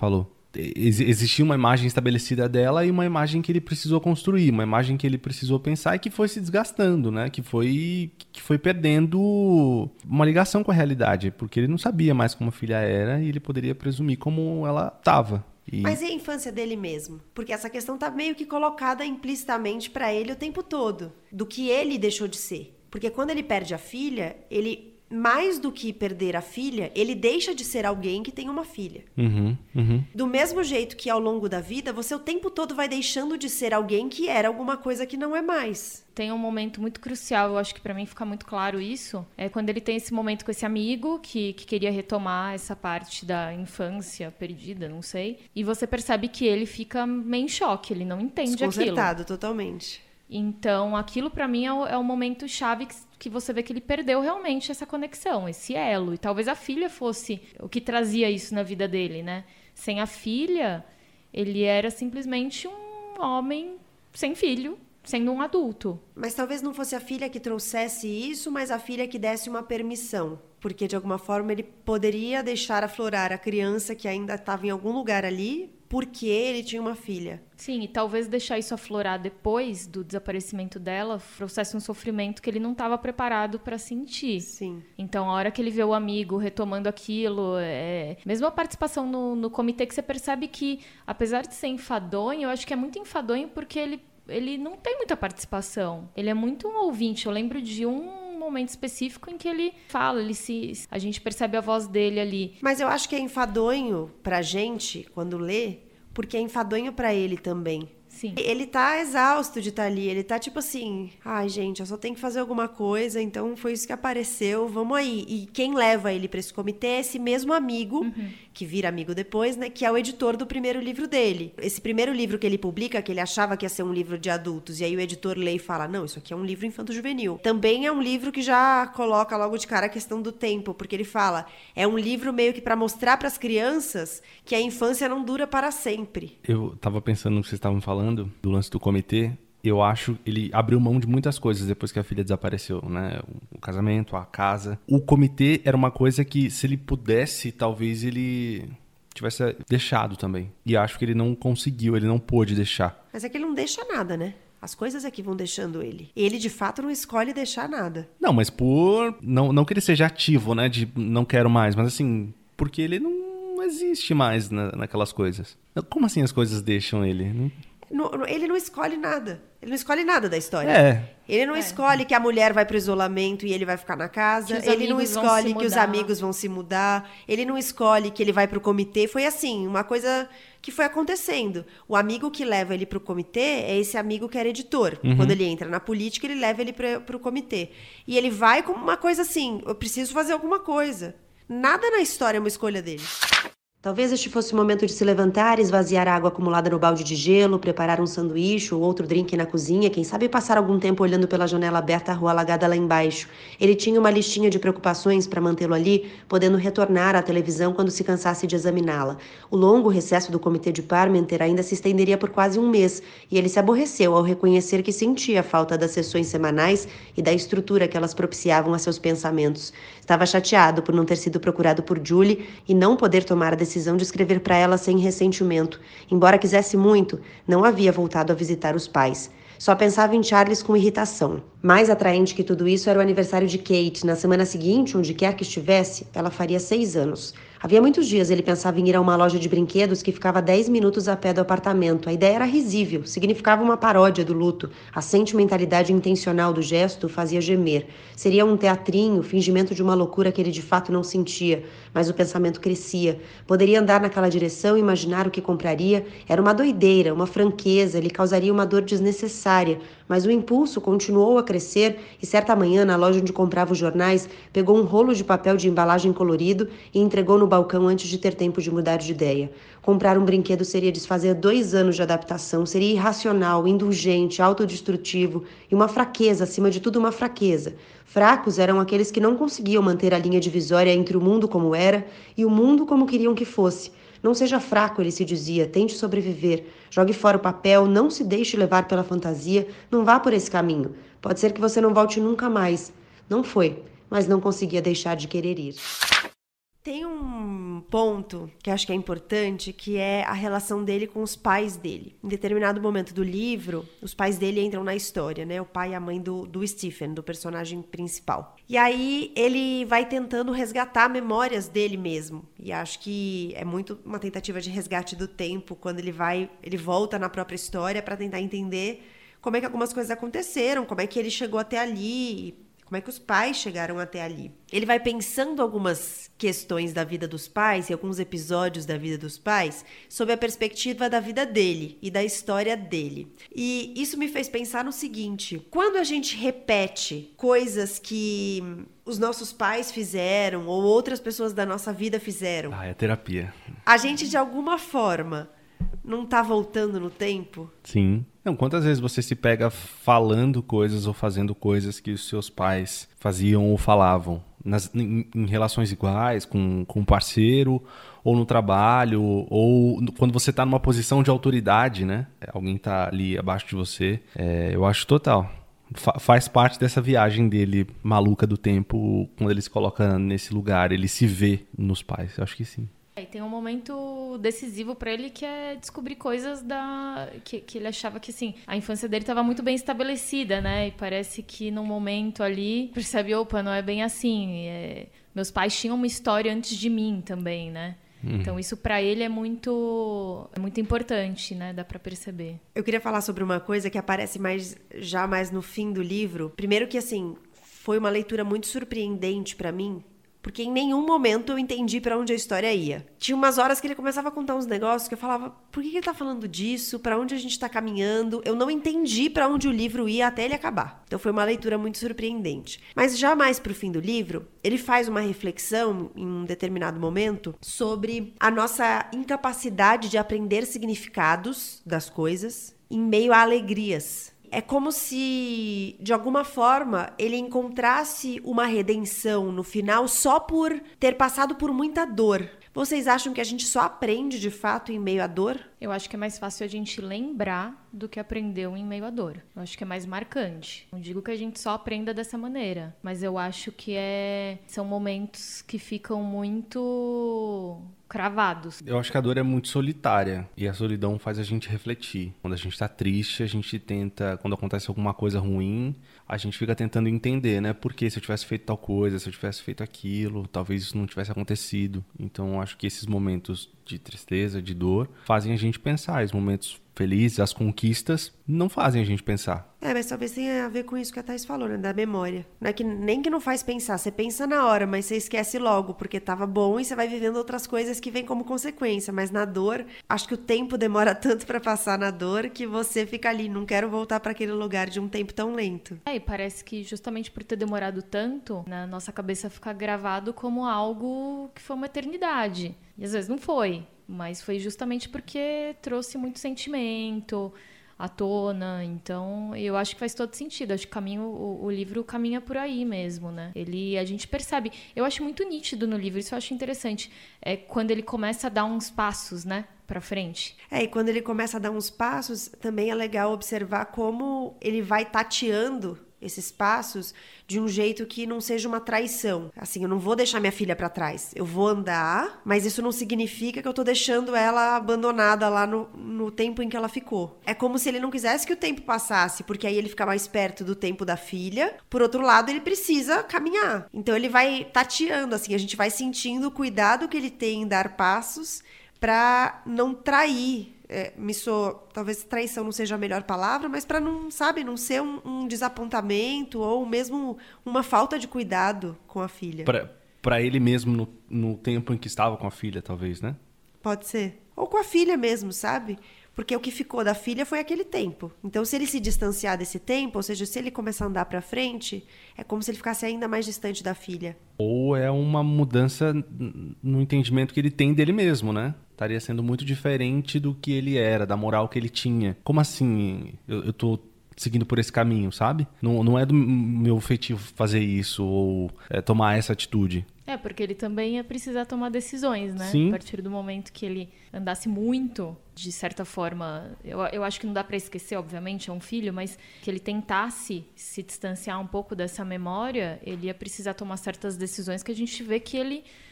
existia uma imagem estabelecida dela e uma imagem que ele precisou construir, uma imagem que ele precisou pensar e que foi se desgastando, né? Que foi, que foi perdendo uma ligação com a realidade, porque ele não sabia mais como a filha era e ele poderia presumir como ela estava. E... Mas e a infância dele mesmo? Porque essa questão tá meio que colocada implicitamente para ele o tempo todo, do que ele deixou de ser. Porque quando ele perde a filha, ele... mais do que perder a filha, ele deixa de ser alguém que tem uma filha. Uhum, uhum. Do mesmo jeito que ao longo da vida, você o tempo todo vai deixando de ser alguém que era alguma coisa que não é mais. Tem um momento muito crucial, eu acho que pra mim fica muito claro isso, é quando ele tem esse momento com esse amigo que, que queria retomar essa parte da infância perdida, não sei, e você percebe que ele fica meio em choque, ele não entende aquilo. Desconcertado, totalmente. Então, aquilo pra mim é o, é o momento chave que, que você vê que ele perdeu realmente essa conexão, esse elo. E talvez a filha fosse o que trazia isso na vida dele, né? Sem a filha, ele era simplesmente um homem sem filho, sendo um adulto. Mas talvez não fosse a filha que trouxesse isso, mas a filha que desse uma permissão. Porque, de alguma forma, ele poderia deixar aflorar a criança que ainda estava em algum lugar ali, porque ele tinha uma filha. Sim, e talvez deixar isso aflorar depois do desaparecimento dela trouxesse um sofrimento que ele não estava preparado para sentir. Sim. Então, a hora que ele vê o amigo retomando aquilo, é... mesmo a participação no, no comitê, que você percebe que, apesar de ser enfadonho, eu acho que é muito enfadonho porque ele, ele não tem muita participação. Ele é muito um ouvinte. Eu lembro de um momento específico em que ele fala, ele se, a gente percebe a voz dele ali. Mas eu acho que é enfadonho pra gente, quando lê, porque é enfadonho pra ele também. Sim. Ele tá exausto de estar ali, ele tá tipo assim, ai gente, eu só tenho que fazer alguma coisa, então foi isso que apareceu, vamos aí. E quem leva ele pra esse comitê é esse mesmo amigo, uhum. que vira amigo depois, né, que é o editor do primeiro livro dele. Esse primeiro livro que ele publica, que ele achava que ia ser um livro de adultos, e aí o editor lê e fala, não, isso aqui é um livro infanto-juvenil. Também é um livro que já coloca logo de cara a questão do tempo, porque ele fala, é um livro meio que pra mostrar pras crianças que a infância não dura para sempre. Eu tava pensando no que vocês estavam falando, do lance do comitê, eu acho que ele abriu mão de muitas coisas depois que a filha desapareceu, né? O casamento, a casa. O comitê era uma coisa que, se ele pudesse, talvez ele tivesse deixado também. E acho que ele não conseguiu, ele não pôde deixar. Mas é que ele não deixa nada, né? As coisas é que vão deixando ele. Ele, de fato, não escolhe deixar nada. Não, mas por... Não, não que ele seja ativo, né? De não quero mais, mas assim, porque ele não existe mais na, naquelas coisas. Como assim as coisas deixam ele? Não... No, ele não escolhe nada. Ele não escolhe nada da história. É. Ele não é. escolhe que a mulher vai pro isolamento e ele vai ficar na casa. Ele não escolhe que os amigos vão se mudar. Ele não escolhe que ele vai pro comitê. Foi assim, uma coisa que foi acontecendo. O amigo que leva ele pro comitê é esse amigo que era editor. Uhum. Quando ele entra na política, ele leva ele pro, pro comitê. E ele vai como uma coisa assim, eu preciso fazer alguma coisa. Nada na história é uma escolha dele. Talvez este fosse o momento de se levantar, esvaziar a água acumulada no balde de gelo, preparar um sanduíche ou outro drink na cozinha, quem sabe passar algum tempo olhando pela janela aberta a rua alagada lá embaixo. Ele tinha uma listinha de preocupações para mantê-lo ali, podendo retornar à televisão quando se cansasse de examiná-la. O longo recesso do comitê de Parmenter ainda se estenderia por quase um mês, e ele se aborreceu ao reconhecer que sentia a falta das sessões semanais e da estrutura que elas propiciavam a seus pensamentos. Estava chateado por não ter sido procurado por Julie e não poder tomar a decisão decisão de escrever para ela sem ressentimento. Embora quisesse muito, não havia voltado a visitar os pais. Só pensava em Charles com irritação. Mais atraente que tudo isso era o aniversário de Kate. Na semana seguinte, onde quer que estivesse, ela faria seis anos. Havia muitos dias ele pensava em ir a uma loja de brinquedos que ficava dez minutos a pé do apartamento. A ideia era risível, significava uma paródia do luto. A sentimentalidade intencional do gesto o fazia gemer. Seria um teatrinho, fingimento de uma loucura que ele de fato não sentia. Mas o pensamento crescia. Poderia andar naquela direção e imaginar o que compraria. Era uma doideira, uma franqueza, lhe causaria uma dor desnecessária. Mas o impulso continuou a crescer e certa manhã, na loja onde comprava os jornais, pegou um rolo de papel de embalagem colorido e entregou no balcão antes de ter tempo de mudar de ideia. Comprar um brinquedo seria desfazer dois anos de adaptação, seria irracional, indulgente, autodestrutivo e uma fraqueza, acima de tudo uma fraqueza. Fracos eram aqueles que não conseguiam manter a linha divisória entre o mundo como era e o mundo como queriam que fosse. Não seja fraco, ele se dizia, tente sobreviver. Jogue fora o papel, não se deixe levar pela fantasia, não vá por esse caminho. Pode ser que você não volte nunca mais. Não foi, mas não conseguia deixar de querer ir. Tem um ponto que acho que é importante, que é a relação dele com os pais dele. Em determinado momento do livro, os pais dele entram na história, né? O pai e a mãe do, do Stephen, do personagem principal. E aí ele vai tentando resgatar memórias dele mesmo. E acho que é muito uma tentativa de resgate do tempo, quando ele vai, ele volta na própria história para tentar entender como é que algumas coisas aconteceram, como é que ele chegou até ali, como é que os pais chegaram até ali. Ele vai pensando algumas questões da vida dos pais e alguns episódios da vida dos pais sob a perspectiva da vida dele e da história dele. E isso me fez pensar no seguinte: quando a gente repete coisas que os nossos pais fizeram ou outras pessoas da nossa vida fizeram... Ah, é terapia. A gente, de alguma forma, não tá voltando no tempo? Sim. Não, quantas vezes você se pega falando coisas ou fazendo coisas que os seus pais faziam ou falavam? Nas, em, em relações iguais, com, com um parceiro, ou no trabalho, ou quando você está numa posição de autoridade, né? Alguém está ali abaixo de você. É, eu acho total. Fa- faz parte dessa viagem dele, maluca do tempo, quando ele se coloca nesse lugar, ele se vê nos pais. Eu acho que sim. E tem um momento decisivo pra ele, que é descobrir coisas da que, que ele achava que, assim, a infância dele estava muito bem estabelecida, né? E parece que num momento ali percebe, opa, não é bem assim. É... Meus pais tinham uma história antes de mim também, né? Hum. Então isso pra ele é muito, é muito importante, né? Dá pra perceber. Eu queria falar sobre uma coisa que aparece mais, já mais no fim do livro. Primeiro que, assim, foi uma leitura muito surpreendente pra mim, porque em nenhum momento eu entendi pra onde a história ia. Tinha umas horas que ele começava a contar uns negócios que eu falava, por que ele tá falando disso? Pra onde a gente tá caminhando? Eu não entendi pra onde o livro ia até ele acabar. Então foi uma leitura muito surpreendente. Mas já mais pro fim do livro, ele faz uma reflexão, em um determinado momento, sobre a nossa incapacidade de aprender significados das coisas em meio a alegrias. É como se, de alguma forma, ele encontrasse uma redenção no final só por ter passado por muita dor. Vocês acham que a gente só aprende, de fato, em meio à dor? Eu acho que é mais fácil a gente lembrar do que aprendeu em meio à dor. Eu acho que é mais marcante. Não digo que a gente só aprenda dessa maneira, mas eu acho que é... são momentos que ficam muito cravados. Eu acho que a dor é muito solitária e a solidão faz a gente refletir. Quando a gente tá triste, a gente tenta, quando acontece alguma coisa ruim, a gente fica tentando entender, né? Por que se eu tivesse feito tal coisa, se eu tivesse feito aquilo, talvez isso não tivesse acontecido. Então, eu acho que esses momentos de tristeza, de dor, fazem a gente pensar. Os momentos felizes, as conquistas, não fazem a gente pensar. É, mas talvez tenha a ver com isso que a Thaís falou, né? Da memória. Não é que nem que não faz pensar, você pensa na hora, mas você esquece logo, porque tava bom e você vai vivendo outras coisas que vêm como consequência. Mas na dor, acho que o tempo demora tanto pra passar na dor que você fica ali, não quero voltar pra aquele lugar de um tempo tão lento. É, e parece que justamente por ter demorado tanto, na nossa cabeça fica gravado como algo que foi uma eternidade. E às vezes não foi, mas foi justamente porque trouxe muito sentimento à tona. Então, eu acho que faz todo sentido. Acho que caminho, o, o livro caminha por aí mesmo, né? Ele, a gente percebe. Eu acho muito nítido no livro, isso eu acho interessante. É quando ele começa a dar uns passos, né? Pra frente. É, e quando ele começa a dar uns passos, também é legal observar como ele vai tateando esses passos de um jeito que não seja uma traição. Assim, eu não vou deixar minha filha pra trás. Eu vou andar, mas isso não significa que eu tô deixando ela abandonada lá no, no tempo em que ela ficou. É como se ele não quisesse que o tempo passasse, porque aí ele fica mais perto do tempo da filha. Por outro lado, ele precisa caminhar. Então ele vai tateando, assim, a gente vai sentindo o cuidado que ele tem em dar passos pra não trair. É, me sou, talvez traição não seja a melhor palavra, mas para não, sabe, não ser um, um desapontamento ou mesmo uma falta de cuidado com a filha. Para ele mesmo no, no tempo em que estava com a filha, talvez, né? Pode ser. Ou com a filha mesmo, sabe? Porque o que ficou da filha foi aquele tempo. Então, se ele se distanciar desse tempo, ou seja, se ele começar a andar para frente, é como se ele ficasse ainda mais distante da filha. Ou é uma mudança no entendimento que ele tem dele mesmo, né? Estaria sendo muito diferente do que ele era, da moral que ele tinha. Como assim eu, eu tô seguindo por esse caminho, sabe? Não, não é do meu feitio fazer isso ou é, tomar essa atitude. É, porque ele também ia precisar tomar decisões, né? Sim. A partir do momento que ele andasse muito, de certa forma... Eu, eu acho que não dá pra esquecer, obviamente, é um filho, mas que ele tentasse se distanciar um pouco dessa memória, ele ia precisar tomar certas decisões que a gente vê que ele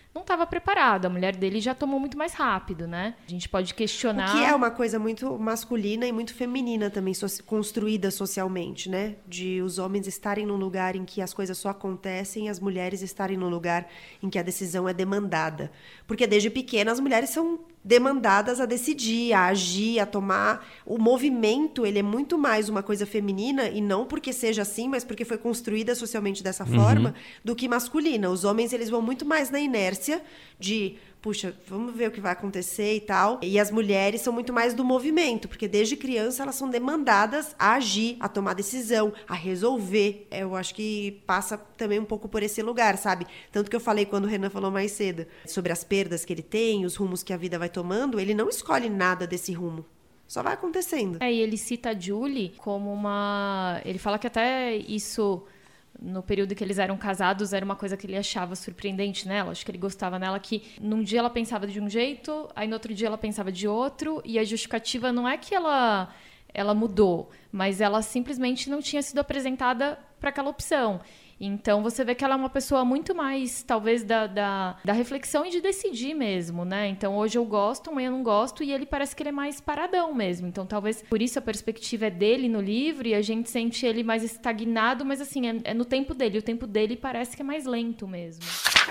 não estava preparado. A mulher dele já tomou muito mais rápido, né? A gente pode questionar... O que é uma coisa muito masculina e muito feminina também, so- construída socialmente, né? De os homens estarem num lugar em que as coisas só acontecem e as mulheres estarem num lugar em que a decisão é demandada. Porque desde pequena as mulheres são demandadas a decidir, a agir, a tomar... O movimento, ele é muito mais uma coisa feminina, e não porque seja assim, mas porque foi construída socialmente dessa Uhum. forma, do que masculina. Os homens, eles vão muito mais na inércia de, puxa, vamos ver o que vai acontecer e tal. E as mulheres são muito mais do movimento, porque desde criança elas são demandadas a agir, a tomar decisão, a resolver. Eu acho que passa também um pouco por esse lugar, sabe? Tanto que eu falei quando o Renan falou mais cedo sobre as perdas que ele tem, os rumos que a vida vai tomando, ele não escolhe nada desse rumo. Só vai acontecendo. É, e ele cita a Julie como uma... Ele fala que até isso, no período que eles eram casados, era uma coisa que ele achava surpreendente nela. Acho que ele gostava nela, que num dia ela pensava de um jeito, aí no outro dia ela pensava de outro, e a justificativa não é que ela, ela mudou, mas ela simplesmente não tinha sido apresentada para aquela opção. Então, você vê que ela é uma pessoa muito mais, talvez, da, da, da reflexão e de decidir mesmo, né? Então, hoje eu gosto, amanhã eu não gosto, e ele parece que ele é mais paradão mesmo. Então, talvez, por isso a perspectiva é dele no livro, e a gente sente ele mais estagnado, mas, assim, é, é no tempo dele. O tempo dele parece que é mais lento mesmo.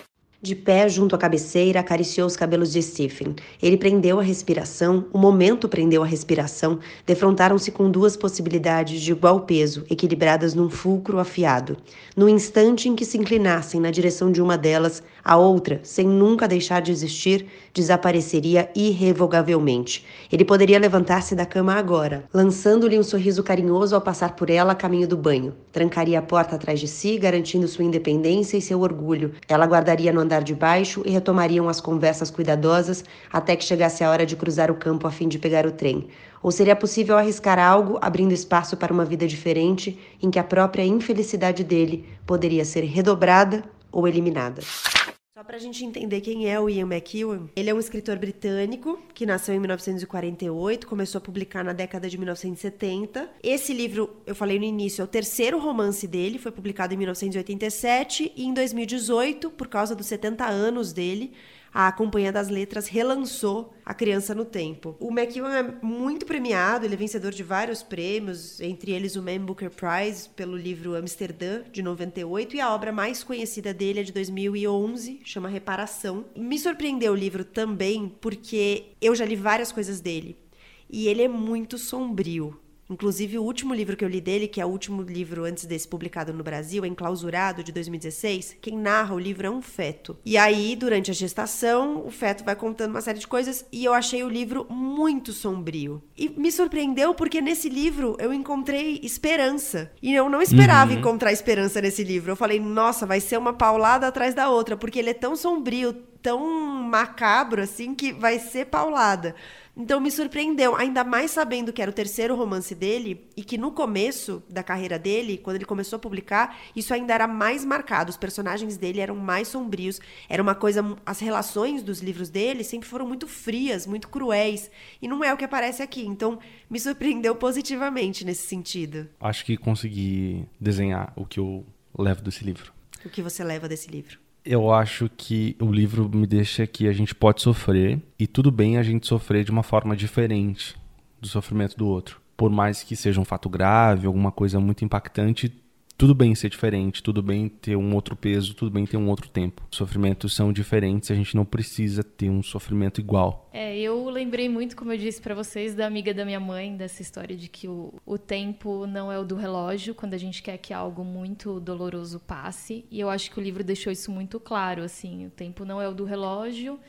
De pé junto à cabeceira, acariciou os cabelos de Stephen. Ele prendeu a respiração, o momento prendeu a respiração, defrontaram-se com duas possibilidades de igual peso, equilibradas num fulcro afiado. No instante em que se inclinassem na direção de uma delas, a outra, sem nunca deixar de existir, desapareceria irrevogavelmente. Ele poderia levantar-se da cama agora, lançando-lhe um sorriso carinhoso ao passar por ela a caminho do banho. Trancaria a porta atrás de si, garantindo sua independência e seu orgulho. Ela guardaria no andar de baixo e retomariam as conversas cuidadosas até que chegasse a hora de cruzar o campo a fim de pegar o trem. Ou seria possível arriscar algo, abrindo espaço para uma vida diferente, em que a própria infelicidade dele poderia ser redobrada ou eliminada. Só pra gente entender quem é o Ian McEwan, ele é um escritor britânico que nasceu em mil novecentos e quarenta e oito, começou a publicar na década de mil novecentos e setenta. Esse livro, eu falei no início, é o terceiro romance dele, foi publicado em mil novecentos e oitenta e sete, e em dois mil e dezoito, por causa dos setenta anos dele, a Companhia das Letras relançou A Criança no Tempo. O McEwan é muito premiado, ele é vencedor de vários prêmios, entre eles o Man Booker Prize pelo livro Amsterdã, de noventa e oito, e a obra mais conhecida dele é de dois mil e onze, chama Reparação. Me surpreendeu o livro também porque eu já li várias coisas dele, e ele é muito sombrio. Inclusive, o último livro que eu li dele, que é o último livro antes desse publicado no Brasil, é Enclausurado, de dois mil e dezesseis, quem narra o livro é um feto. E aí, durante a gestação, o feto vai contando uma série de coisas e eu achei o livro muito sombrio. E me surpreendeu porque nesse livro eu encontrei esperança. E eu não esperava uhum. encontrar esperança nesse livro. Eu falei, nossa, vai ser uma paulada atrás da outra, porque ele é tão sombrio, tão macabro, assim, que vai ser paulada. Então me surpreendeu, ainda mais sabendo que era o terceiro romance dele e que no começo da carreira dele, quando ele começou a publicar, isso ainda era mais marcado. Os personagens dele eram mais sombrios, era uma coisa... As relações dos livros dele sempre foram muito frias, muito cruéis, e não é o que aparece aqui. Então me surpreendeu positivamente nesse sentido. Acho que consegui desenhar o que eu levo desse livro. O que você leva desse livro? Eu acho que o livro me deixa que a gente pode sofrer e tudo bem a gente sofrer de uma forma diferente do sofrimento do outro. Por mais que seja um fato grave, alguma coisa muito impactante, tudo bem ser diferente, tudo bem ter um outro peso, tudo bem ter um outro tempo. Os sofrimentos são diferentes, a gente não precisa ter um sofrimento igual. É, eu lembrei muito, como eu disse pra vocês, da amiga da minha mãe, dessa história de que o, o tempo não é o do relógio, quando a gente quer que algo muito doloroso passe. E eu acho que o livro deixou isso muito claro, assim, o tempo não é o do relógio,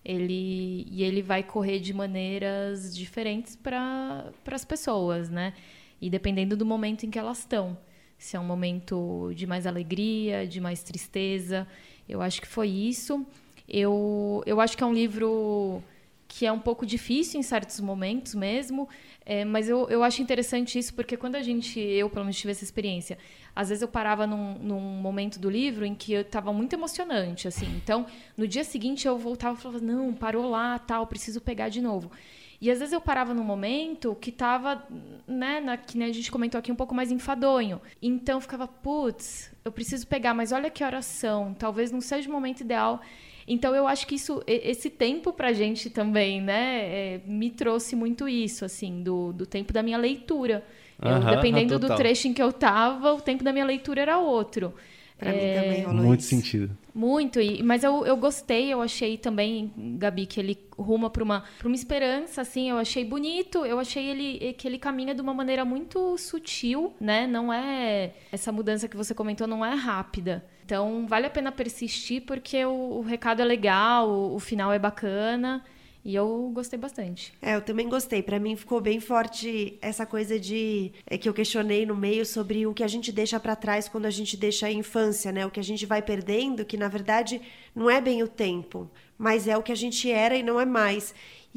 ele, e ele vai correr de maneiras diferentes para as pessoas, né? E dependendo do momento em que elas estão. Se é um momento de mais alegria, de mais tristeza. Eu acho que foi isso. Eu, eu acho que é um livro que é um pouco difícil em certos momentos mesmo, é, mas eu, eu acho interessante isso, porque quando a gente, eu pelo menos tive essa experiência, às vezes eu parava num, num momento do livro em que eu estava muito emocionante, assim. Então, no dia seguinte eu voltava e falava, não, parou lá, tal, preciso pegar de novo. E às vezes eu parava num momento que estava, né, na, que a gente comentou aqui, um pouco mais enfadonho. Então eu ficava, putz, eu preciso pegar, mas olha que horas são, talvez não seja o momento ideal. Então, eu acho que isso, esse tempo pra gente também, né, é, me trouxe muito isso, assim, do, do tempo da minha leitura. Eu, Aham, dependendo total. do trecho em que eu tava, o tempo da minha leitura era outro. Pra é, mim também rolou Muito isso. sentido. Muito, e, mas eu, eu gostei, eu achei também, Gabi, que ele ruma para uma, pra uma esperança, assim, eu achei bonito, eu achei ele, que ele caminha de uma maneira muito sutil, né, não é, essa mudança que você comentou não é rápida, então vale a pena persistir porque o, o recado é legal, o, o final é bacana. E eu gostei bastante. É, eu também gostei. Pra mim ficou bem forte essa coisa de... É que eu questionei no meio sobre o que a gente deixa pra trás quando a gente deixa a infância, né? O que a gente vai perdendo, que na verdade não é bem o tempo, mas é o que a gente era e não é mais.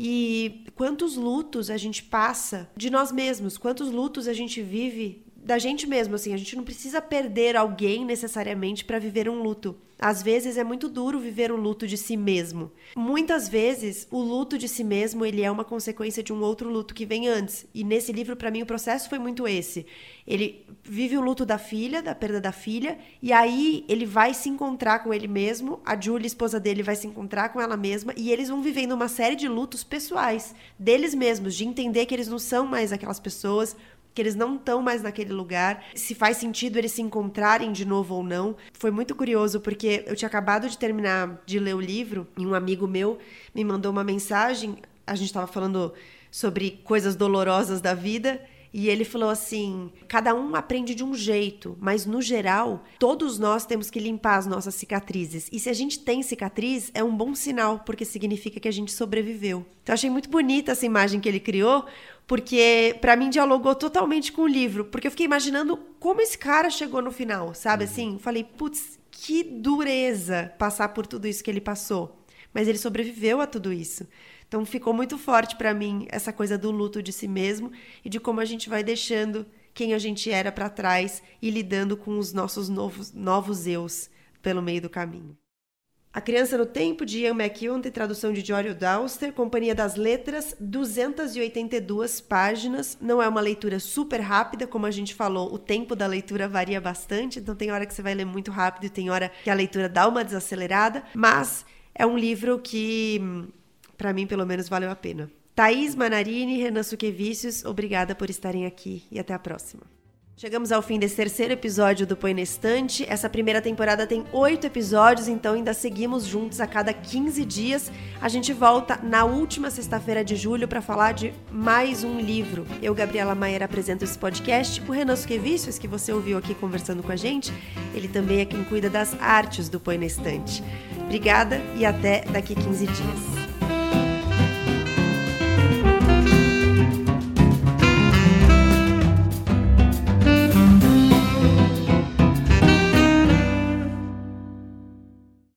E quantos lutos a gente passa de nós mesmos, quantos lutos a gente vive da gente mesmo, assim, a gente não precisa perder alguém necessariamente para viver um luto. Às vezes é muito duro viver o luto de si mesmo. Muitas vezes o luto de si mesmo, ele é uma consequência de um outro luto que vem antes. E nesse livro, para mim, o processo foi muito esse. Ele vive o luto da filha, da perda da filha, e aí ele vai se encontrar com ele mesmo, a Julie, esposa dele, vai se encontrar com ela mesma, e eles vão vivendo uma série de lutos pessoais deles mesmos, de entender que eles não são mais aquelas pessoas, que eles não estão mais naquele lugar, se faz sentido eles se encontrarem de novo ou não. Foi muito curioso, porque eu tinha acabado de terminar de ler o livro, e um amigo meu me mandou uma mensagem, a gente estava falando sobre coisas dolorosas da vida, e ele falou assim, cada um aprende de um jeito, mas no geral, todos nós temos que limpar as nossas cicatrizes. E se a gente tem cicatriz, é um bom sinal, porque significa que a gente sobreviveu. Então, eu achei muito bonita essa imagem que ele criou, porque para mim dialogou totalmente com o livro, porque eu fiquei imaginando como esse cara chegou no final, sabe assim? Falei, putz, que dureza passar por tudo isso que ele passou. Mas ele sobreviveu a tudo isso. Então ficou muito forte para mim essa coisa do luto de si mesmo e de como a gente vai deixando quem a gente era para trás e lidando com os nossos novos, novos eus pelo meio do caminho. A Criança no Tempo, de Ian McEwan, tem tradução de Jory Dowster, Companhia das Letras, duzentas e oitenta e duas páginas. Não é uma leitura super rápida, como a gente falou, o tempo da leitura varia bastante, então tem hora que você vai ler muito rápido e tem hora que a leitura dá uma desacelerada, mas é um livro que, para mim, pelo menos, valeu a pena. Thaís Manarini, Renan Suquevicius, obrigada por estarem aqui e até a próxima. Chegamos ao fim desse terceiro episódio do Põe na Estante. Essa primeira temporada tem oito episódios, então ainda seguimos juntos a cada quinze dias. A gente volta na última sexta-feira de julho para falar de mais um livro. Eu, Gabriela Maier, apresento esse podcast. O Renan Suquevicius, que você ouviu aqui conversando com a gente, ele também é quem cuida das artes do Põe na Estante. Obrigada e até daqui quinze dias.